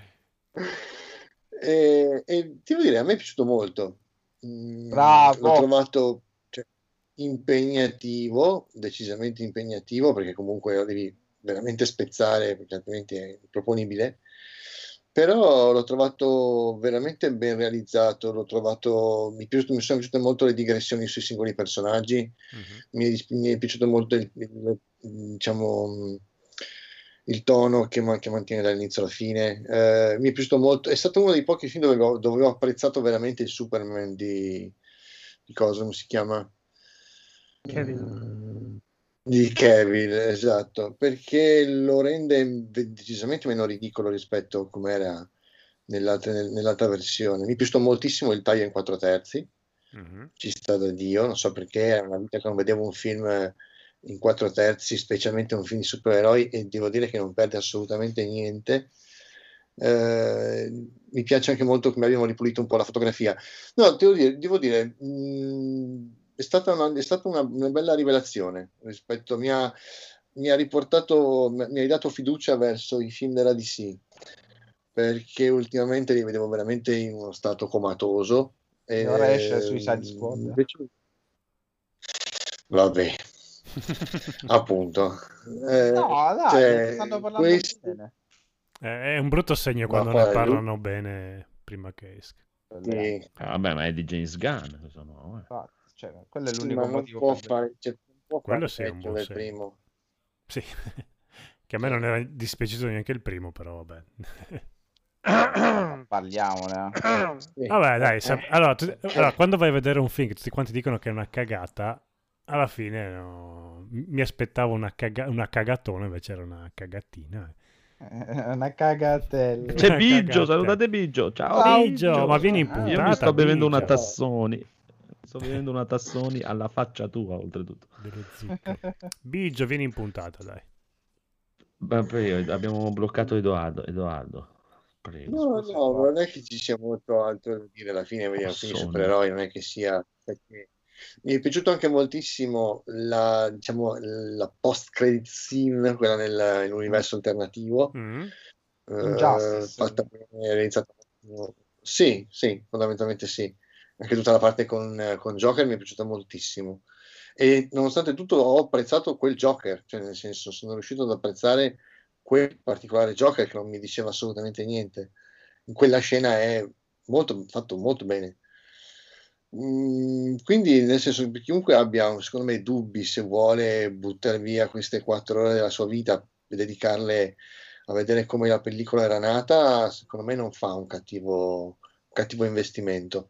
E devo dire, a me è piaciuto molto. Bravo! L'ho trovato impegnativo, decisamente impegnativo, perché comunque lo devi veramente spezzare, perché altrimenti è improponibile. Però l'ho trovato veramente ben realizzato, mi sono piaciute molto le digressioni sui singoli personaggi, mi è piaciuto molto diciamo, il tono che mantiene dall'inizio alla fine, mi è piaciuto molto, è stato uno dei pochi film dove ho apprezzato veramente il Superman di cosa, come si chiama? Kevin. Di Kevin, esatto, perché lo rende decisamente meno ridicolo rispetto a come era nell'altra versione. Mi è piaciuto moltissimo il taglio in 4/3, ci sta da Dio, non so perché, era una vita che non vedevo un film in 4/3, specialmente un film di supereroi, e devo dire che non perde assolutamente niente. Mi piace anche molto come abbiamo ripulito un po' la fotografia. No, devo dire è stata una bella rivelazione rispetto, mi ha riportato, mi hai dato fiducia verso i film della DC, perché ultimamente li vedevo veramente in uno stato comatoso. E ora esce Suicide Squad. Invece... Vabbè, appunto. No, dai, stanno parlando bene. È un brutto segno quando ne parlano bene prima che esca. Sì. Vabbè, ma è di James Gunn. Insomma, cioè, quello è l'unico motivo può fare, quello sì è un buon del segno. primo. Sì, che a me non era dispiaciuto neanche il primo, però vabbè. Parliamone. Vabbè, dai, allora, quando vai a vedere un film che tutti quanti dicono che è una cagata, alla fine mi aspettavo una cagatona, invece era una cagatina. Una cagatella. C'è Biggio, salutate Biggio. Ciao Biggio, ma vieni in puntata. Io mi sto bevendo una Tassoni. Sto bevendo una Tassoni alla faccia tua, oltretutto. Biggio, vieni in puntata, dai. Beh, abbiamo bloccato Edoardo. Prego. No, non è che ci sia molto altro da dire. Alla fine vediamo film di supereroi, non è che sia... Perché... Mi è piaciuto anche moltissimo la post-credit scene, quella nell'universo alternativo. Fatta bene, realizzata. Sì, fondamentalmente sì. Anche tutta la parte con Joker mi è piaciuta moltissimo. E nonostante tutto ho apprezzato quel Joker, cioè nel senso sono riuscito ad apprezzare quel particolare Joker che non mi diceva assolutamente niente. In quella scena è fatto molto bene. Quindi nel senso che chiunque abbia secondo me dubbi, se vuole buttare via queste 4 ore della sua vita e dedicarle a vedere come la pellicola era nata, secondo me non fa un cattivo investimento.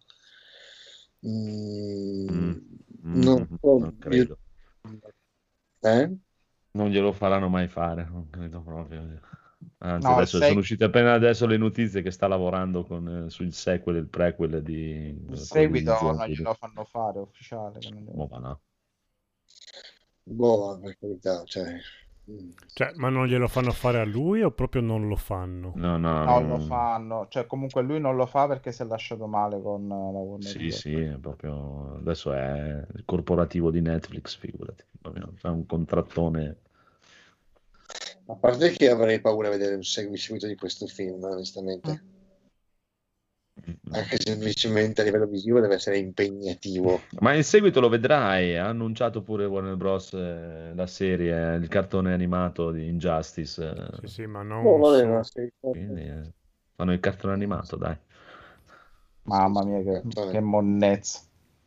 Non credo. Non glielo faranno mai fare, non credo proprio. Anzi, adesso sono uscite appena adesso le notizie che sta lavorando sul sequel e il prequel di... Il seguito non glielo fanno fare ufficiale. Per carità, ma non glielo fanno fare a lui o proprio non lo fanno? No, lo fanno. Cioè, comunque lui non lo fa perché si è lasciato male con la Warner. Sì, è proprio... Adesso è il corporativo di Netflix, figurati. È un contrattone... A parte che avrei paura di vedere un seguito di questo film, onestamente. Anche semplicemente a livello visivo deve essere impegnativo. Ma in seguito lo vedrai, ha annunciato pure Warner Bros. La serie, il cartone animato di Injustice. Sì, ma non quindi, fanno il cartone animato, dai. Mamma mia, che monnezza.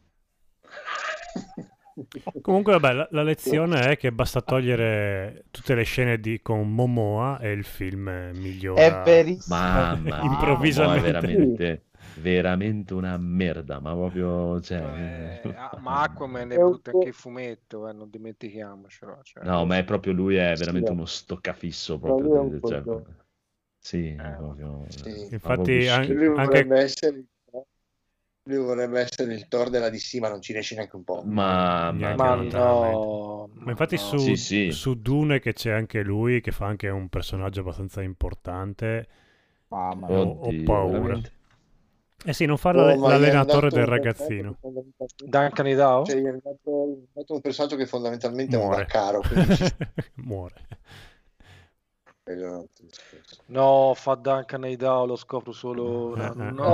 Comunque vabbè, la lezione è che basta togliere tutte le scene con Momoa e il film migliora. È verissimo. Mamma, improvvisamente. È veramente una merda, ma proprio ma Aquaman è brutto anche il fumetto, non dimentichiamocelo. No, ma è proprio lui, è veramente uno stoccafisso proprio. Sì, proprio, Sì. Infatti proprio Lui anche vorrebbe essere il Thor della DC, ma non ci riesce neanche un po'. neanche Ma lontanamente. no, Ma infatti no. Sì, sì. su Dune che c'è anche lui che fa anche un personaggio abbastanza importante, Mamma ho, mia. ho Oddio, paura. veramente. Eh sì, non fa Ma gli hanno l'allenatore dato del un personaggio ragazzino. che fondamentalmente, Duncan Idao? cioè, gli hanno dato un personaggio che fondamentalmente è un Muore. vaccaro, quindi Muore. quello è un altro discorso. No, fa Duncan Idao, lo scopro solo ora.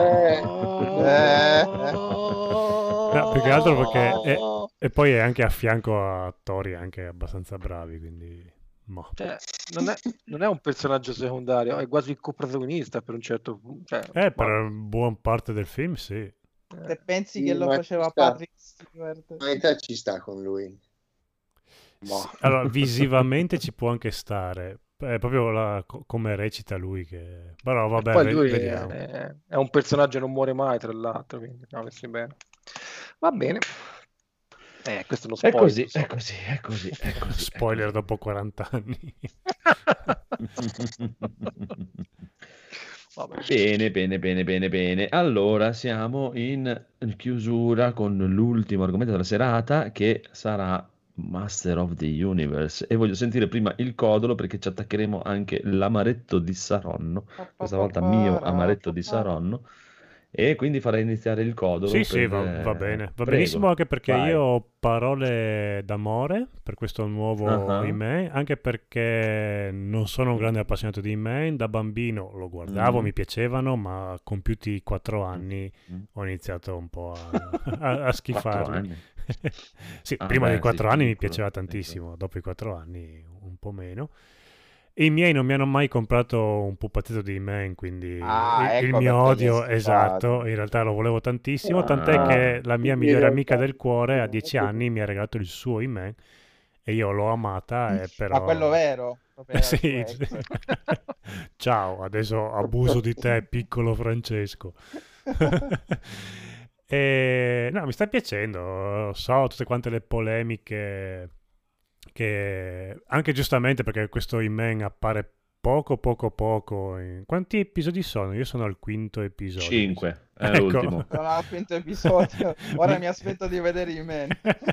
No, più che altro perché e poi è anche a fianco a attori anche abbastanza bravi, quindi ma. Cioè, non è un personaggio secondario, è quasi il coprotagonista per un certo punto. Cioè, Per buona parte del film sì. Se pensi Sì, che lo ma faceva ci sta. Patrick Stewart. La verità ci sta con lui. Allora, visivamente ci può anche stare. È proprio come recita lui che... Però vabbè, poi lui vediamo. è un personaggio che non muore mai, tra l'altro, quindi no, messi bene. Va bene. Questo è uno È spoiler. così, so. è così, è così, è così. Spoiler dopo 40 anni. Bene, bene, bene, bene, bene. Allora, siamo in chiusura con l'ultimo argomento della serata che sarà Master of the Universe. E voglio sentire prima il codolo perché ci attaccheremo anche l'amaretto di Saronno, questa volta mio amaretto di Saronno. E quindi farei iniziare il codolo. Sì, va bene. Va Prego, benissimo anche perché vai. io ho parole d'amore per questo nuovo He-Man, anche perché non sono un grande appassionato di He-Man. Da bambino lo guardavo, mi piacevano, ma compiuti 4 anni ho iniziato un po' a schifarli. Sì, prima dei 4 anni mi piaceva tantissimo, dopo i 4 anni un po' meno. E i miei non mi hanno mai comprato un pupazzetto di He-Man, quindi il ecco mio perché li hai odio, schifati. esatto, in realtà lo volevo tantissimo, tant'è che la mia migliore amica del cuore a 10 anni mi ha regalato il suo He-Man e io l'ho amata, però... Ma quello vero? Sì. Ciao, adesso abuso di te, piccolo Francesco. No, mi sta piacendo, so tutte quante le polemiche che anche giustamente perché questo He-Man appare poco. Quanti episodi sono? Io sono al 5° episodio. 5, è Ecco. l'ultimo. Sono al 5° episodio. Ora mi aspetto di vedere He-Man.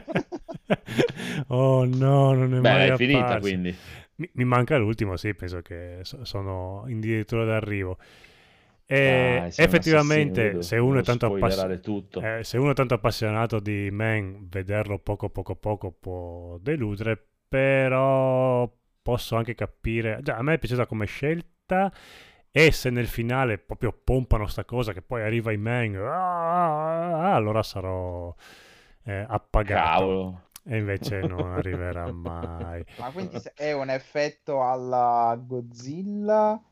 Oh no, non è mai l'hai finita apparso. quindi. Mi manca l'ultimo, sì, penso che sono addirittura d'arrivo. Dai, sei un Effettivamente, assassino, se uno è tanto spoilerare tutto. se uno è tanto appassionato di Man, vederlo poco può deludere, però posso anche capire. Già, a me è piaciuta come scelta. E se nel finale proprio pompano sta cosa che poi arriva in Man, allora sarò appagato. Cavolo. E invece non arriverà mai. Ma quindi è un effetto alla Godzilla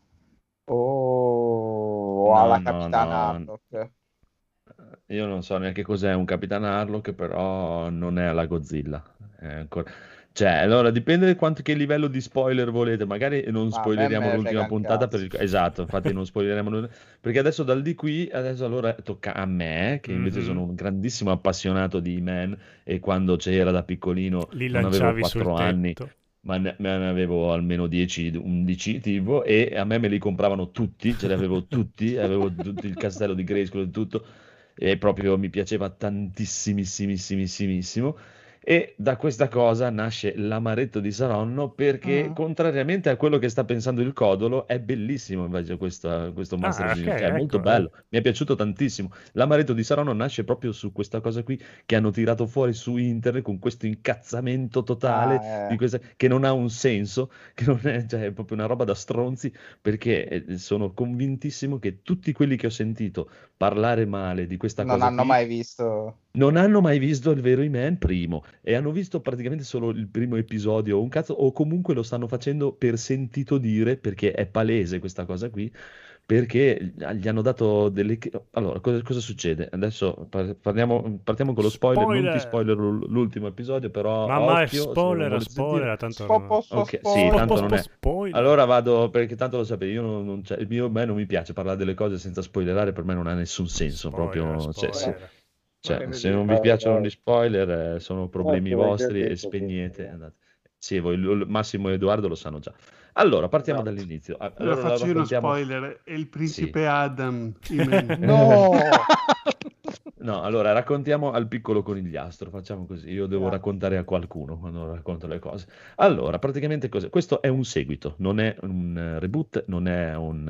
o alla Capitana Harlock? Io non so neanche cos'è un Capitan Harlock, però non è alla Godzilla. È ancora... Cioè, allora dipende da che livello di spoiler volete. Magari non spoileriamo l'ultima puntata esatto, infatti non spoileriamo perché adesso dal di qui, adesso allora tocca a me, che invece sono un grandissimo appassionato di He-Man e quando c'era da piccolino Li non avevo lanciavi 4 sul anni. tetto. Ma ne avevo almeno 10-11 tipo, e a me li compravano tutti, ce li avevo tutti, avevo tutto il castello di Grayskull e tutto, e proprio mi piaceva tantissimissimissimo. E da questa cosa nasce l'amaretto di Saronno perché contrariamente a quello che sta pensando il codolo è bellissimo invece questo Master of the Universe, è molto bello, mi è piaciuto tantissimo. L'amaretto di Saronno nasce proprio su questa cosa qui che hanno tirato fuori su internet con questo incazzamento totale di questa, che non ha un senso, che non è, cioè, è proprio una roba da stronzi, perché sono convintissimo che tutti quelli che ho sentito parlare male di questa cosa non hanno qui, mai visto il vero He-Man primo, e hanno visto praticamente solo il primo episodio o un cazzo, o comunque lo stanno facendo per sentito dire, perché è palese questa cosa qui, perché gli hanno dato delle... Allora, cosa succede? Adesso partiamo con lo spoiler. Non ti spoiler l'ultimo episodio, però Mamma, occhio, spoiler, tanto ok, sì, tanto non è. Allora vado, perché tanto lo sapete, io non me non mi piace parlare delle cose senza spoilerare, per me non ha nessun senso, proprio... Cioè, se non vi piacciono gli spoiler, sono problemi vostri e spegnete. Andate. Sì, voi, Massimo e Edoardo lo sanno già. Allora, partiamo dall'inizio. Allora faccio io uno spoiler, è il principe Adam. No! No, allora raccontiamo al piccolo conigliastro, facciamo così, io devo raccontare a qualcuno quando racconto le cose. Allora, praticamente questo è un seguito, non è un reboot, non è un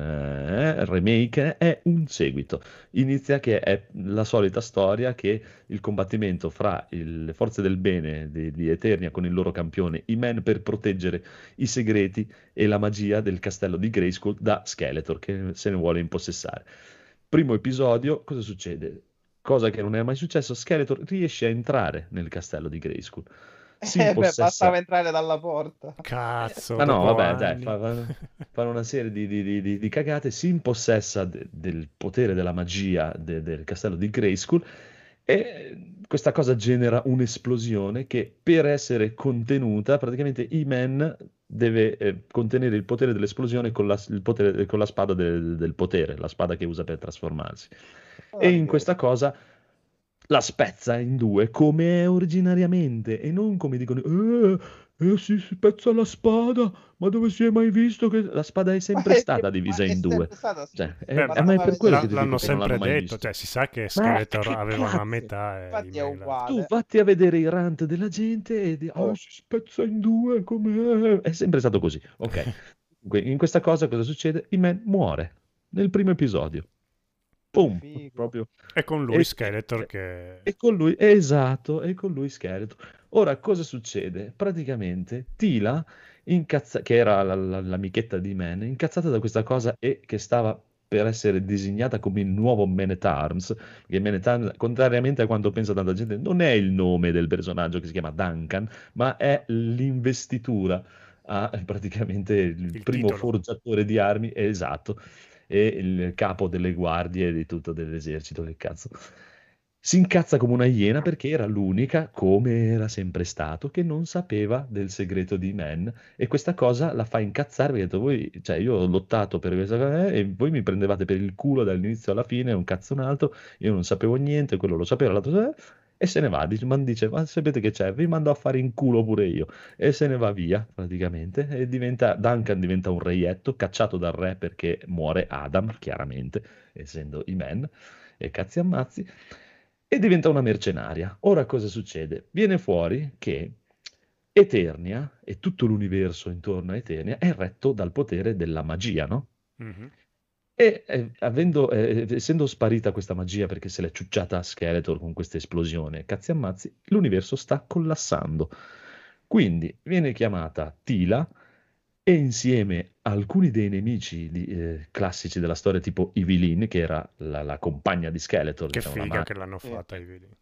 remake, è un seguito. Inizia che è la solita storia che il combattimento fra le forze del bene di Eternia con il loro campione I-Men per proteggere i segreti e la magia del castello di Grayskull da Skeletor che se ne vuole impossessare. Primo episodio, cosa succede? Cosa che non è mai successo, Skeletor riesce a entrare nel castello di Grayskull. Bastava entrare dalla porta. Cazzo. Ma no, vabbè, dai, fanno una serie di cagate, si impossessa del potere della magia del castello di Grayskull e questa cosa genera un'esplosione che per essere contenuta, praticamente I-Man deve contenere il potere dell'esplosione con la spada del potere, la spada che usa per trasformarsi. E in questa cosa la spezza in due come è originariamente e non come dicono si spezza la spada, ma dove si è mai visto che la spada è sempre stata divisa in due? Cioè, ma è per quello che ti dico l'hanno che non sempre l'hanno mai detto, visto. cioè si sa che Skeletor aveva una metà Infatti è uguale. Tu vatti a vedere i rant della gente e si spezza in due come è sempre stato così. Ok. In questa cosa cosa succede? I-Man muore nel primo episodio. Pum, proprio. E con lui Skeletor che... E con lui, esatto, e con lui Skeletor. Ora, cosa succede? Praticamente Teela, che era l'amichetta di Man, incazzata da questa cosa e che stava per essere disegnata come il nuovo Man at Arms, che Man at Arms, contrariamente a quanto pensa tanta gente, non è il nome del personaggio che si chiama Duncan, ma è l'investitura a praticamente il primo titolo. forgiatore di armi, esatto, e il capo delle guardie di tutto dell'esercito, che cazzo. Si incazza come una iena perché era l'unica, come era sempre stato, che non sapeva del segreto di Man e questa cosa la fa incazzare perché ha detto, voi, cioè io ho lottato per questa cosa e voi mi prendevate per il culo dall'inizio alla fine, un cazzo un altro, io non sapevo niente, quello lo sapeva, l'altro e se ne va, dice, ma sapete che c'è, vi mando a fare in culo pure io e se ne va via praticamente e Duncan diventa un reietto cacciato dal re perché muore Adam, chiaramente, essendo I-Man e cazzi ammazzi, e diventa una mercenaria. Ora cosa succede? Viene fuori che Eternia e tutto l'universo intorno a Eternia è retto dal potere della magia, no? Mm-hmm. E essendo sparita questa magia perché se l'è ciucciata a Skeletor con questa esplosione, cazzi ammazzi, l'universo sta collassando. Quindi viene chiamata Teela e insieme a alcuni dei nemici classici della storia tipo Evelyn, che era la compagna di Skeletor. Che figa che l'hanno fatta Evelyn.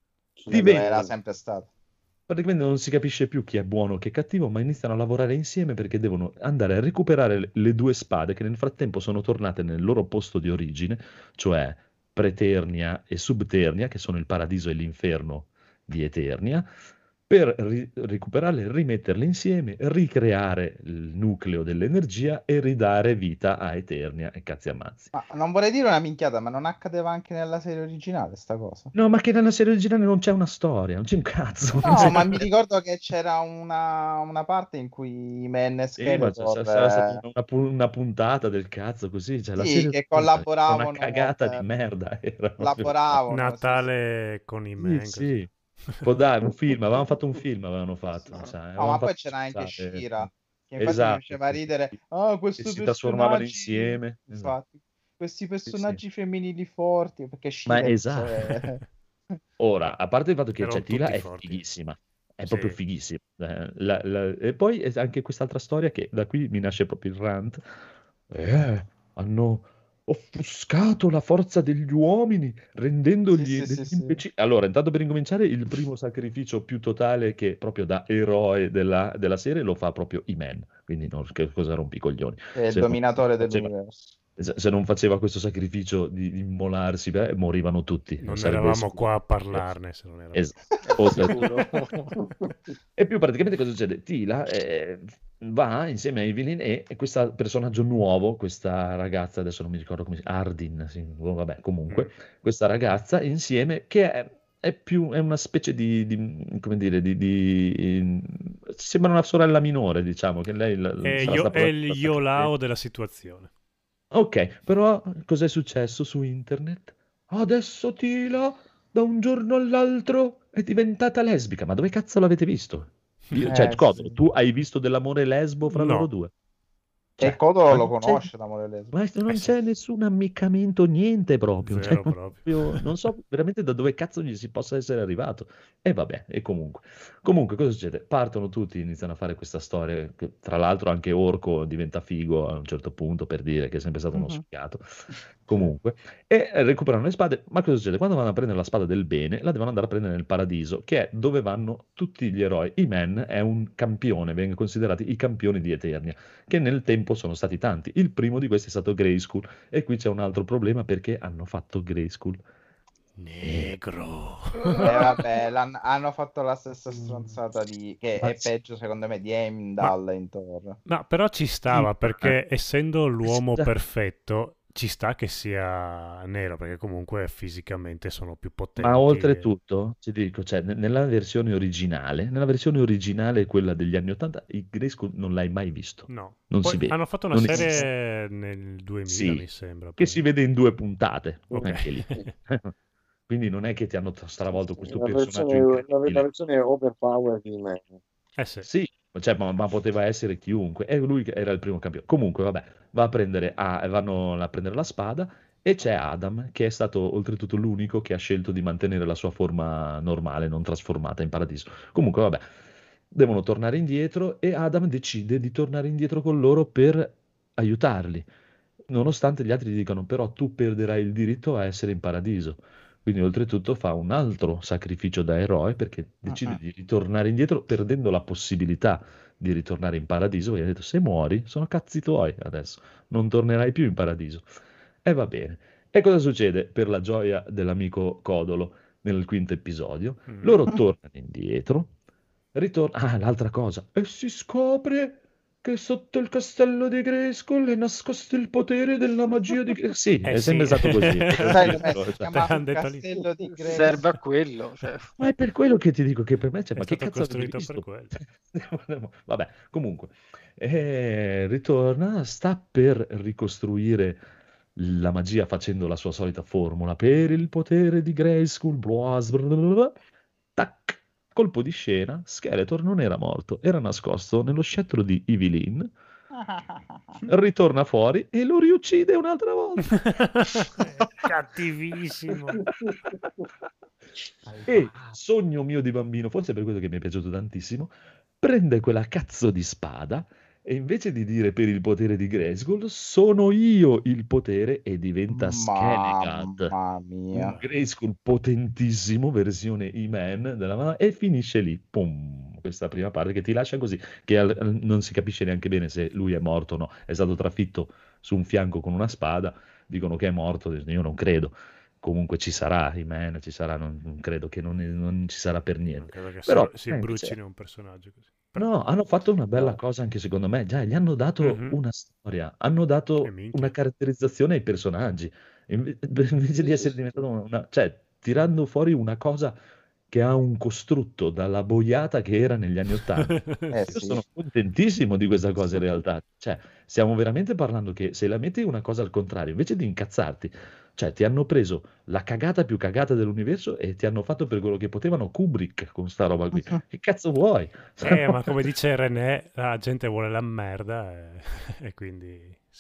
Era sempre stata. Praticamente non si capisce più chi è buono, chi è cattivo, ma iniziano a lavorare insieme perché devono andare a recuperare le due spade che nel frattempo sono tornate nel loro posto di origine, cioè Preternia e Subternia, che sono il paradiso e l'inferno di Eternia, per recuperarle, rimetterle insieme, ricreare il nucleo dell'energia e ridare vita a Eternia e cazzi ammazzi. Ma non vorrei dire una minchiata, ma non accadeva anche nella serie originale sta cosa? No, ma che nella serie originale non c'è una storia, non c'è un cazzo. No, ma mi ricordo che c'era una parte in cui Man e Skeletor... sarà stata una puntata del cazzo così. Cioè, la serie che collaboravano. Una cagata di merda. Collaboravano. Natale con i Man. Sì. Può dare un film, avevano fatto un film, avevano fatto. Ma poi c'era anche She-Ra, che infatti mi faceva ridere. Questi si trasformavano insieme. Infatti, questi personaggi femminili forti, perché She-Ra... Ma esatto. Ora, a parte il fatto che Teela è fighissima, è proprio fighissima. E poi anche quest'altra storia che da qui mi nasce proprio il rant. Hanno offuscato la forza degli uomini rendendogli imbecilli. Allora, intanto per incominciare, il primo sacrificio più totale che proprio da eroe della serie lo fa proprio I-Man, quindi che cosa rompi i coglioni. È il dominatore dell'universo. Se non faceva questo sacrificio di immolarsi, morivano tutti. Non eravamo qua a parlarne se non eravamo. E più praticamente cosa succede? Teela va insieme a Evelyn e questo personaggio nuovo, questa ragazza, adesso non mi ricordo come si chiama, Ardyn, vabbè, comunque, questa ragazza insieme che è una specie come dire, sembra una sorella minore, diciamo, che lei è il Iolao della situazione. Ok, però cos'è successo su internet? Adesso Tila, da un giorno all'altro, è diventata lesbica. Ma dove cazzo l'avete visto? Codolo, tu hai visto dell'amore lesbo fra loro due? E Codolo lo conosce l'amore lesbo. Ma non c'è nessun ammiccamento, niente proprio. Zero proprio. Non so veramente da dove cazzo gli si possa essere arrivato. E vabbè, e comunque cosa succede? Partono tutti, iniziano a fare questa storia. Che, tra l'altro anche Orco diventa figo a un certo punto, per dire che è sempre stato uno sfigato. Comunque, e recuperano le spade. Ma cosa succede? Quando vanno a prendere la spada del bene, la devono andare a prendere nel paradiso, che è dove vanno tutti gli eroi. He-Man è un campione, vengono considerati i campioni di Eternia, che nel tempo sono stati tanti. Il primo di questi è stato Grayskull, e qui c'è un altro problema perché hanno fatto Grayskull negro. Vabbè, hanno fatto la stessa stronzata che è peggio secondo me di Heimdall in Thor. No, però ci stava perché essendo l'uomo perfetto ci sta che sia nero, perché comunque fisicamente sono più potenti. Ma oltretutto, ti dico, cioè, nella versione originale, quella degli anni 80, il Grayskull non l'hai mai visto. No. Non Poi si vede. hanno fatto una serie nel 2000, mi sembra. Che si vede in 2 puntate. Okay. Anche lì. Quindi non è che ti hanno stravolto questo la personaggio versione overpower di me. Sì, cioè, ma poteva essere chiunque, e lui era il primo campione. Comunque, vabbè, vanno a prendere la spada, e c'è Adam, che è stato oltretutto l'unico che ha scelto di mantenere la sua forma normale, non trasformata in paradiso. Comunque, vabbè, devono tornare indietro, e Adam decide di tornare indietro con loro per aiutarli, nonostante gli altri gli dicano: però tu perderai il diritto a essere in paradiso. Quindi oltretutto fa un altro sacrificio da eroe, perché decide di ritornare indietro, perdendo la possibilità di ritornare in paradiso, e ha detto: se muori sono cazzi tuoi adesso, non tornerai più in paradiso. E va bene. E cosa succede per la gioia dell'amico Codolo nel 5º episodio? Loro tornano indietro, l'altra cosa, e si scopre che sotto il castello di Grayskull è nascosto il potere della magia di Grayskull. Sì, è sempre stato così. Castello di Grayskull. Serve a quello. Cioè. Ma è per quello che ti dico che per me c'è. È Ma che stato cazzo costruito per quello. Vabbè, comunque. Ritorna, sta per ricostruire la magia facendo la sua solita formula. Per il potere di Grayskull. Tac! Colpo di scena, Skeletor non era morto, era nascosto nello scettro di Evelyn, ritorna fuori e lo riuccide un'altra volta. Cattivissimo. E sogno mio di bambino, forse è per quello che mi è piaciuto tantissimo, prende quella cazzo di spada, e invece di dire per il potere di Grayskull, sono io il potere, e diventa Skelegad. Mamma mia. Un Grayskull potentissimo, versione He-Man, e finisce lì. Pum, questa prima parte che ti lascia così, che non si capisce neanche bene se lui è morto o no. È stato trafitto su un fianco con una spada, dicono che è morto, io non credo. Comunque ci sarà He-Man, ci sarà, non credo che non ci sarà per niente. Non credo che però si brucino un personaggio così. No, hanno fatto una bella cosa anche secondo me, già gli hanno dato una storia, hanno dato una caratterizzazione ai personaggi, invece di essere diventato cioè tirando fuori una cosa che ha un costrutto dalla boiata che era negli anni '80. Io sono contentissimo di questa cosa in realtà, cioè stiamo veramente parlando che se la metti una cosa al contrario, invece di incazzarti, cioè ti hanno preso la cagata più cagata dell'universo e ti hanno fatto per quello che potevano Kubrick con sta roba qui. Che cazzo vuoi? Ma come dice René, la gente vuole la merda e quindi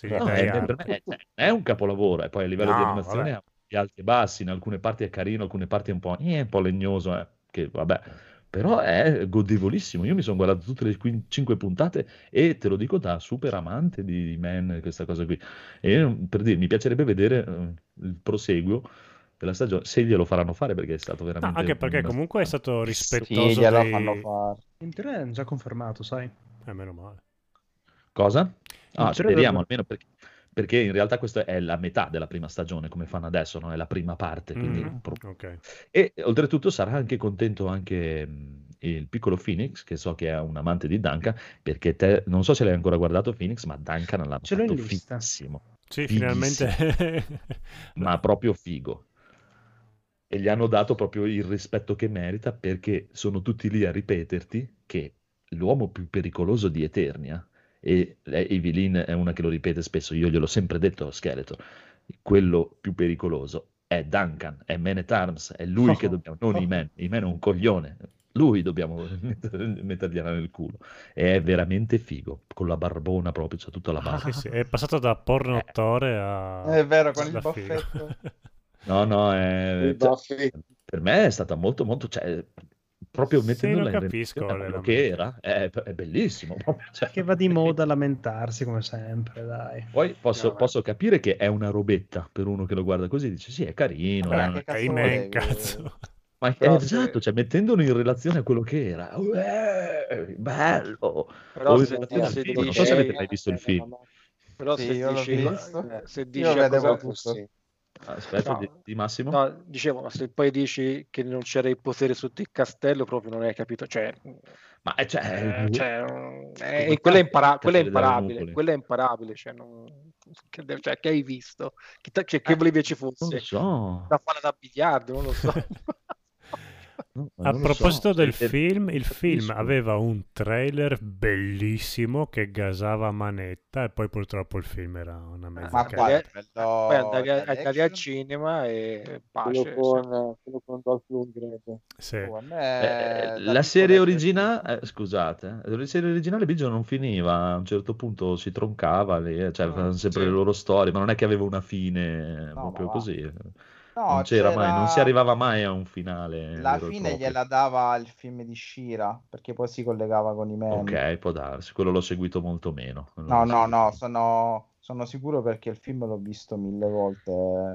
è un capolavoro, e poi a livello di animazione ha gli alti e bassi, in alcune parti è carino, in alcune parti è un po' legnoso, che vabbè, però è godevolissimo. Io mi sono guardato tutte le 5 puntate e te lo dico da super amante di Man, questa cosa qui, e per dire, mi piacerebbe vedere il proseguo della stagione, se glielo faranno fare, perché è stato veramente anche perché comunque è stato rispettoso. Sì, glielo fanno fare. In teoria è già confermato, sai? Meno male. Cosa? Speriamo almeno, perché in realtà questa è la metà della prima stagione, come fanno adesso, no? È la prima parte, quindi okay. E oltretutto sarà anche contento anche il piccolo Phoenix, che so che è un amante di Duncan, perché non so se l'hai ancora guardato Phoenix, ma Duncan l'ha fatto fighissimo. Sì, finalmente. Ma proprio figo. E gli hanno dato proprio il rispetto che merita, perché sono tutti lì a ripeterti che l'uomo più pericoloso di Eternia, e Evelyn è una che lo ripete spesso, io gliel'ho sempre detto a Skeletor, quello più pericoloso è Duncan, è Man at Arms, è lui che dobbiamo, non Iman è un coglione, lui dobbiamo mettergliela nel culo, e è veramente figo, con la barbona proprio, c'è tutta la barba. Sì, è passato da porno attore a... È vero, con il da baffetto. No, per me è stata molto, molto, cioè, proprio Sì, mettendola lo in capisco, relazione a quello che era, è bellissimo. Proprio, cioè. Che va di moda a lamentarsi come sempre, dai. Poi posso capire che è una robetta per uno che lo guarda così, dice sì, è carino. Che cazzo volevi? cazzo. Ma Però esatto, cioè mettendolo in relazione a quello che era, bello. Però Non se so se avete mai visto il film. Però Sì, se io l'ho dici, visto. se dici Io a vedevo cosa... tutto. Aspetta, No, di Massimo? no, dicevo, ma se poi dici che non c'era il potere sotto il castello, proprio non hai capito. Cioè, Ma quella è imparabile, quella è imparabile. Cioè, che hai visto? Che volevi ci fosse? Non lo so. Da fare da biliardo, non lo so. A proposito del film, il film capisco. aveva un trailer bellissimo che gasava a manetta e poi purtroppo il film era una mezza Ma cagata. Poi andavi al cinema e pace. Quello con Dolph Lundgren. Sì. A me, La serie originale, scusate, la serie originale Biggio non finiva, a un certo punto si troncava, cioè avevano sempre sì. le loro storie, ma non è che aveva una fine No, proprio ma va. così. No, Non c'era mai, non si c'era- arrivava mai a un finale La vero e fine proprio. gliela dava il film di Shira, perché poi si collegava con i meme. Ok, può darsi, quello l'ho seguito molto meno. quello No, l'ho no, seguito. no, sono sicuro perché il film l'ho visto 1000 volte.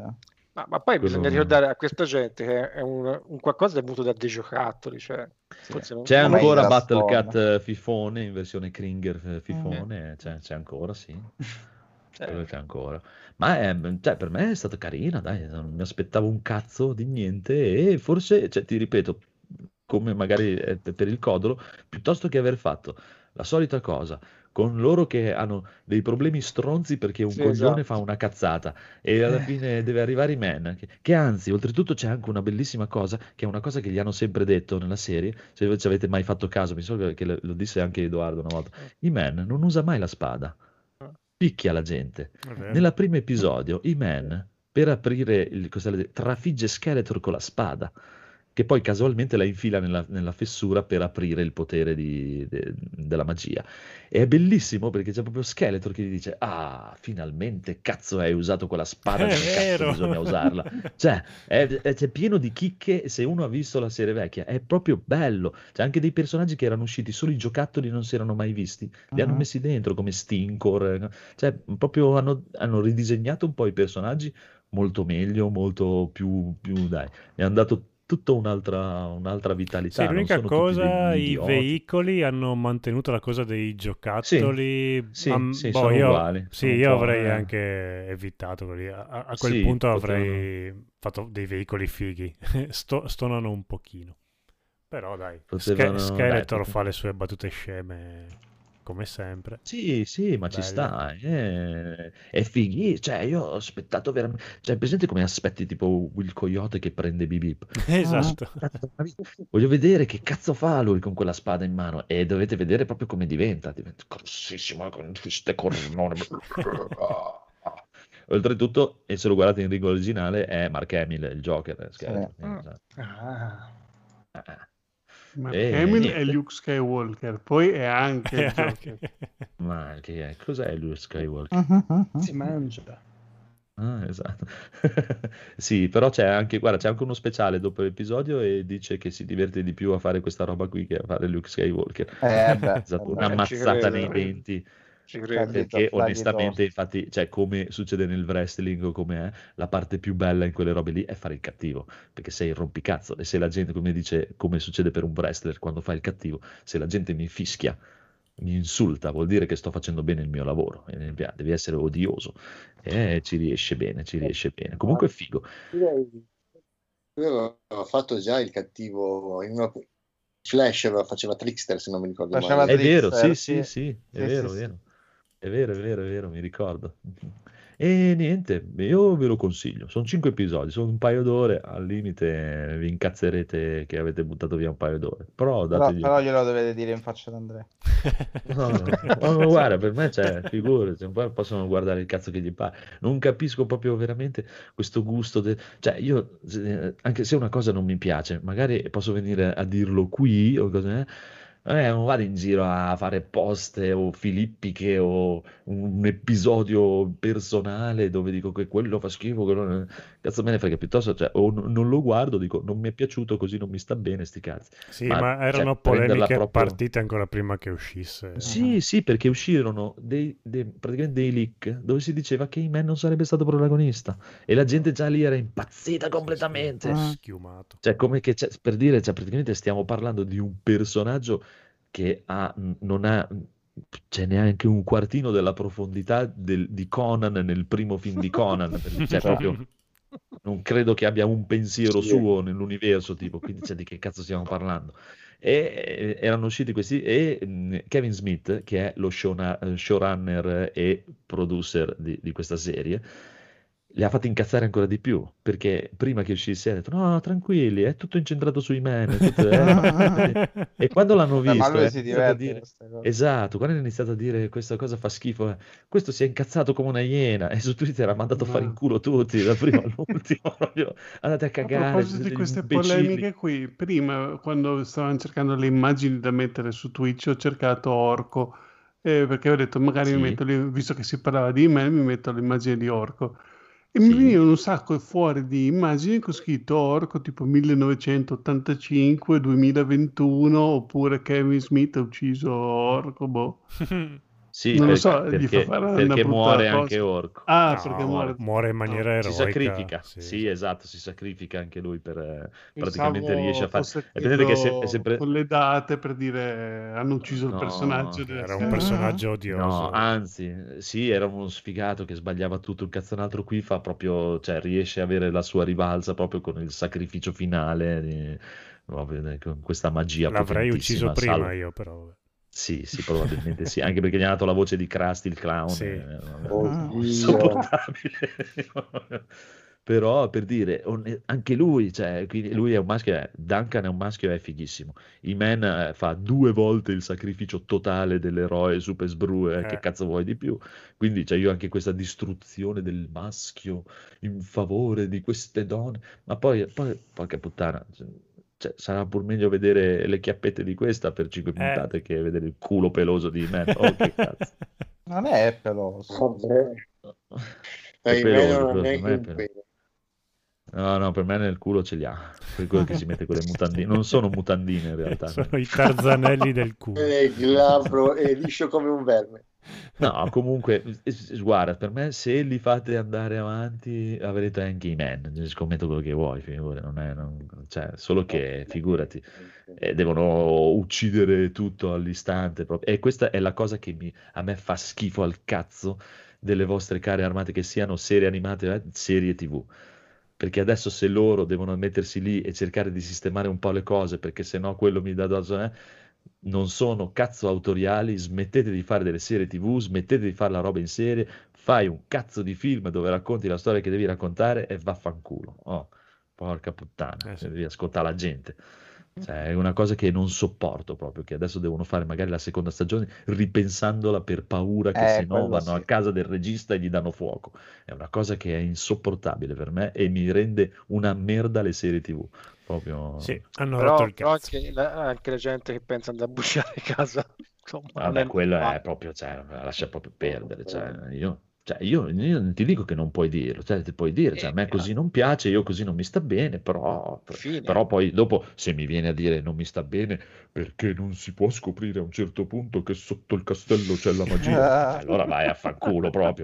Ma poi Quello- bisogna ricordare a questa gente che è un qualcosa è venuto da dei giocattoli, cioè, forse non- C'è Come ancora la Battlecat sforna. Fifone in versione Kringer Fifone, c'è ancora, sì. Quello c'è ancora. Ma cioè, per me è stata carina, dai, non mi aspettavo un cazzo di niente e forse, cioè, ti ripeto, come magari per il Codolo, piuttosto che aver fatto la solita cosa con loro che hanno dei problemi stronzi perché un Sì, coglione esatto. fa una cazzata e alla fine deve arrivare Man, che anzi, oltretutto c'è anche una bellissima cosa, che è una cosa che gli hanno sempre detto nella serie, se ci avete mai fatto caso, mi so che lo disse anche Edoardo una volta, Man non usa mai la spada, picchia la gente. È vero. Nel primo episodio, Man, per aprire trafigge Skeletor con la spada, che poi casualmente la infila nella fessura per aprire il potere della magia. E è bellissimo perché c'è proprio Skeletor che gli dice: ah, finalmente cazzo hai usato quella spada, È come cazzo vero. bisogna usarla. Cioè, c'è pieno di chicche, se uno ha visto la serie vecchia, è proprio bello. C'è anche dei personaggi che erano usciti solo i giocattoli, non si erano mai visti, li hanno messi dentro come Stinkor, cioè proprio hanno ridisegnato un po' i personaggi molto meglio, molto più dai, mi hanno dato tutta un'altra vitalità, Sì, non l'unica sono tutti cosa, degli i idioti. veicoli hanno mantenuto la cosa dei giocattoli. Sì, sono uguali, Sì, sono un io po', avrei anche evitato quelli. A quel sì, punto potevano. avrei fatto dei veicoli fighi. Stonano un pochino. Però dai, Skeletor fa le sue battute sceme come sempre. Sì, ma ci Belle. sta, è fighi, cioè io ho aspettato veramente, cioè presente come aspetti tipo Will Coyote che prende Bip. Esatto. Voglio vedere che cazzo fa lui con quella spada in mano e dovete vedere proprio come diventa grossissimo con queste cornone. Oltretutto, e se lo guardate in lingua originale, è Mark Hamill, il Joker. Esatto. Ma E Hamill niente. è Luke Skywalker, poi è anche il Joker. Ma cos'è Luke Skywalker? Si mangia. Ah, esatto. Sì, però c'è anche uno speciale dopo l'episodio e dice che si diverte di più a fare questa roba qui che a fare Luke Skywalker. È stata una mazzata nei denti. Ci credo. Perché onestamente, infatti, cioè, come succede nel wrestling o come è, la parte più bella in quelle robe lì è fare il cattivo, perché sei il rompicazzo e se la gente, come dice, come succede per un wrestler quando fa il cattivo, se la gente mi fischia, mi insulta, vuol dire che sto facendo bene il mio lavoro, e devi essere odioso e ci riesce bene. Comunque è figo. Lui aveva fatto già il cattivo in una... Flash faceva Trickster, se non mi ricordo male. È vero, Trickster, sì, è vero, sì. è vero, mi ricordo. E niente, io ve lo consiglio. Sono 5 episodi, sono un paio d'ore. Al limite vi incazzerete che avete buttato via un paio d'ore. Però dategli... Però glielo dovete dire in faccia ad Andrea. No, guarda, per me c'è, figurati, poi possono guardare il cazzo che gli pare. Non capisco proprio veramente questo gusto. Cioè, io, anche se una cosa non mi piace, magari posso venire a dirlo qui o cos'è. Non vado in giro a fare poste o filippiche o un episodio personale dove dico che quello fa schifo, cazzo me ne frega, piuttosto cioè, o non lo guardo, dico non mi è piaciuto così, non mi sta bene, sti cazzi. Sì, ma erano polemiche partite ancora prima che uscisse. Sì, perché uscirono praticamente dei leak dove si diceva che He-Man non sarebbe stato protagonista e la gente già lì era impazzita completamente. Schiumato. Cioè, come che per dire, cioè, praticamente stiamo parlando di un personaggio che non ha c'è neanche un quartino della profondità di Conan nel primo film di Conan, cioè proprio non credo che abbia un pensiero suo nell'universo, tipo, quindi di che cazzo stiamo parlando? E erano usciti questi, e Kevin Smith, che è lo showrunner e producer di questa serie, li ha fatti incazzare ancora di più, perché prima che uscisse ha detto no, tranquilli, è tutto incentrato sui man, e quando l'hanno visto, ma lui si diverte esatto, quando hanno iniziato a dire questa cosa fa schifo, questo si è incazzato come una iena, e su Twitter ha mandato a fare in culo tutti, dal primo all'ultimo, proprio andate a cagare. A proposito di queste polemiche qui, prima quando stavano cercando le immagini da mettere su Twitch ho cercato Orco, perché ho detto magari mi metto visto che si parlava di me, mi metto l'immagine di Orco. E mi venivano un sacco fuori di immagini con scritto Orco tipo 1985, 2021, oppure Kevin Smith ha ucciso Orco, boh. Sì, non perché, lo so, gli fa fare perché muore cosa. Anche Orco. Perché muore in maniera eroica. Si sacrifica, sì, esatto, si sacrifica anche lui per praticamente riesce a fare. Che è sempre con le date per dire hanno ucciso il personaggio. Era un personaggio odioso. No, anzi, sì, era uno sfigato che sbagliava tutto il cazzo, un altro qui fa proprio, cioè riesce a avere la sua rivalsa proprio con il sacrificio finale, con questa magia. L'avrei ucciso prima io, però. Sì, probabilmente sì, anche perché gli ha dato la voce di Krusty il clown, sì. insopportabile. Però per dire, anche lui, cioè, lui è un maschio, Duncan è un maschio, è fighissimo. He-Man fa 2 volte il sacrificio totale dell'eroe super sbru, che cazzo vuoi di più? Quindi c'è io anche questa distruzione del maschio in favore di queste donne, ma poi porca puttana. Cioè, sarà pur meglio vedere le chiappette di questa per 5 puntate che vedere il culo peloso di me. Oh, che cazzo. Non è peloso. È peloso, non è peloso. No, per me nel culo ce li ha. Per quello che si mette quelle mutandine. Non sono mutandine in realtà. Sono i tarzanelli del culo. È glabro e liscio come un verme. No, comunque, guarda, per me se li fate andare avanti avrete anche i men, scommetto quello che vuoi, cioè, solo che, figurati, devono uccidere tutto all'istante, proprio. E questa è la cosa che a me fa schifo al cazzo delle vostre care armate, che siano serie animate, serie TV. Perché adesso se loro devono mettersi lì e cercare di sistemare un po' le cose, perché sennò quello mi dà non sono cazzo autoriali, smettete di fare delle serie TV, smettete di fare la roba in serie, fai un cazzo di film dove racconti la storia che devi raccontare e vaffanculo. Oh, porca puttana, devi ascoltare la gente. Cioè, è una cosa che non sopporto proprio, che adesso devono fare magari la seconda stagione ripensandola per paura che se no vanno a casa del regista e gli danno fuoco. È una cosa che è insopportabile per me e mi rende una merda le serie TV. Proprio... Sì, hanno rotto il cazzo. Anche la gente che pensa di abbucciare casa. Vabbè, quello è proprio, cioè, lascia proprio perdere. Io non ti dico che non puoi dirlo, cioè, ti puoi dire, a me così non piace, io così non mi sta bene, però poi dopo se mi viene a dire non mi sta bene perché non si può scoprire a un certo punto che sotto il castello c'è la magia, allora vai a fanculo proprio.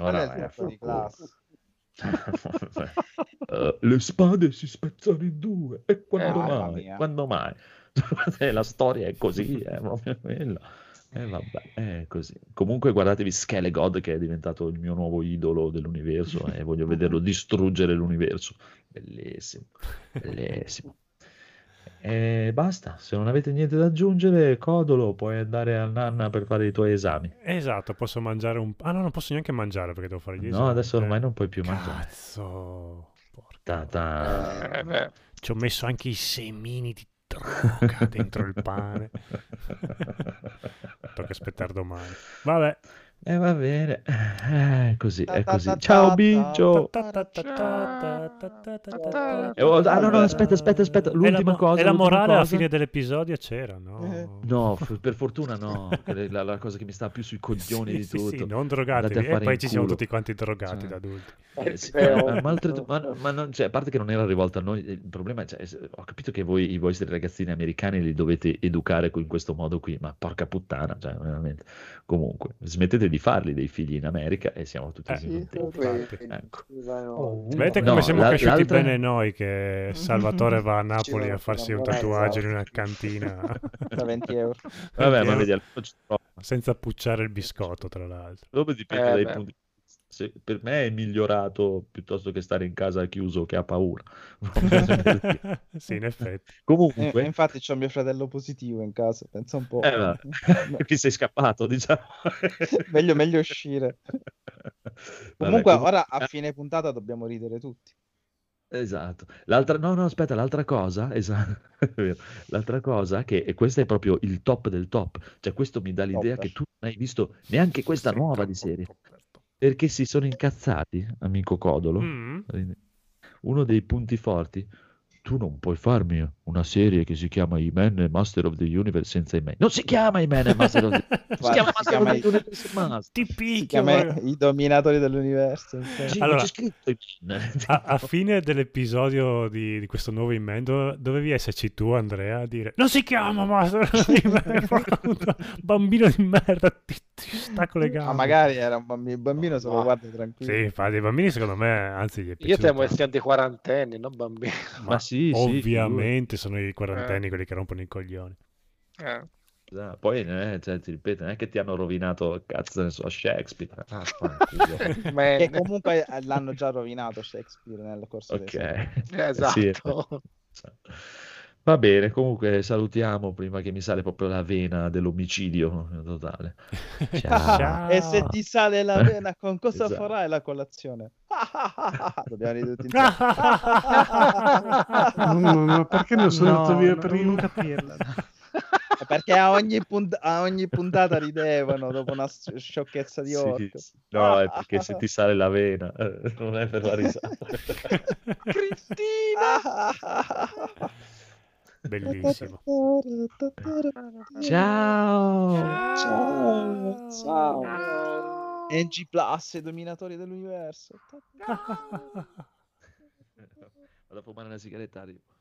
Le spade si spezzano in 2 e quando mai? La storia è così, è proprio quella. Vabbè, è così. Comunque guardatevi Skelegod, che è diventato il mio nuovo idolo dell'universo e voglio vederlo distruggere l'universo. Bellissimo, bellissimo. E basta, se non avete niente da aggiungere, Codolo, puoi andare al Nanna per fare i tuoi esami. Esatto, posso mangiare un... Ah no, non posso neanche mangiare perché devo fare gli No, esami. adesso ormai non puoi più mangiare. Cazzo. Porca. Ta-ta. Ci ho messo anche i semini di droga dentro il pane. Tocca aspettare domani. Vabbè. Va bene, è così, è così. Ciao Biggio! No, aspetta, l'ultima cosa. E la morale alla cosa. fine dell'episodio c'era, no? No, per fortuna no, che la cosa che mi sta più sui coglioni di tutto. Sì, non drogatevi, e poi ci siamo tutti quanti drogati da adulti. Ma non, cioè, a parte che non era rivolto a noi, il problema è, cioè, ho capito che voi i vostri ragazzini americani li dovete educare in questo modo qui, ma porca puttana, cioè, veramente. Comunque, smettete di farli dei figli in America e siamo tutti contenti. Ecco. Vedete come siamo cresciuti bene noi, che Salvatore va a Napoli a farsi un tatuaggio in una cantina da 20 euro. Vabbè, ma vedi, senza pucciare il biscotto, tra l'altro. Dopo dipende dai punti. Per me è migliorato piuttosto che stare in casa chiuso che ha paura. Sì, in effetti. Comunque, infatti c'ho mio fratello positivo in casa, pensa un po'. Qui sei scappato, diciamo. meglio uscire. Comunque ora a fine puntata dobbiamo ridere tutti. Esatto. L'altra cosa, l'altra cosa e questo è proprio il top del top, cioè questo mi dà l'idea che tu non hai visto neanche questa nuova di serie. Perché si sono incazzati, amico Codolo. Uno dei punti forti. Tu non puoi farmi una serie che si chiama I-Man Master of the Universe senza I-Man. Non si chiama I-Man Master of the Universe. Si chiama Master of the Universe. Ti picchio. Si chiama I dominatori dell'universo. Allora, c'è scritto I-Man. A fine dell'episodio di questo nuovo I-Man dovevi esserci tu, Andrea, a dire non si chiama Master of the Universe. Bambino di merda, ti stacco le gambe. Ma magari era un bambino, il bambino se lo guarda tranquillo. Sì, infatti i bambini secondo me, anzi gli è piaciuto. Io temo che siano dei quarantenni, non bambini. Ma sì, ovviamente sono i quarantenni quelli che rompono i coglioni. Poi cioè, ti ripeto, non è che ti hanno rovinato cazzo ne so, a Shakespeare. Che comunque l'hanno già rovinato Shakespeare nel corso del esatto. Sì. Va bene, comunque salutiamo prima che mi sale proprio la vena dell'omicidio totale. Ciao. E se ti sale la vena, con cosa farai la colazione? Dobbiamo ridere tutti insieme. Ma perché ne sono andato via per non capirla? Perché a ogni puntata ridevano dopo una sciocchezza di orco. No, è perché se ti sale la vena, non è per la risata. Cristina! Bellissimo. Ciao. NG Plus, i dominatori dell'universo. Vado a fumare una sigaretta, arrivo.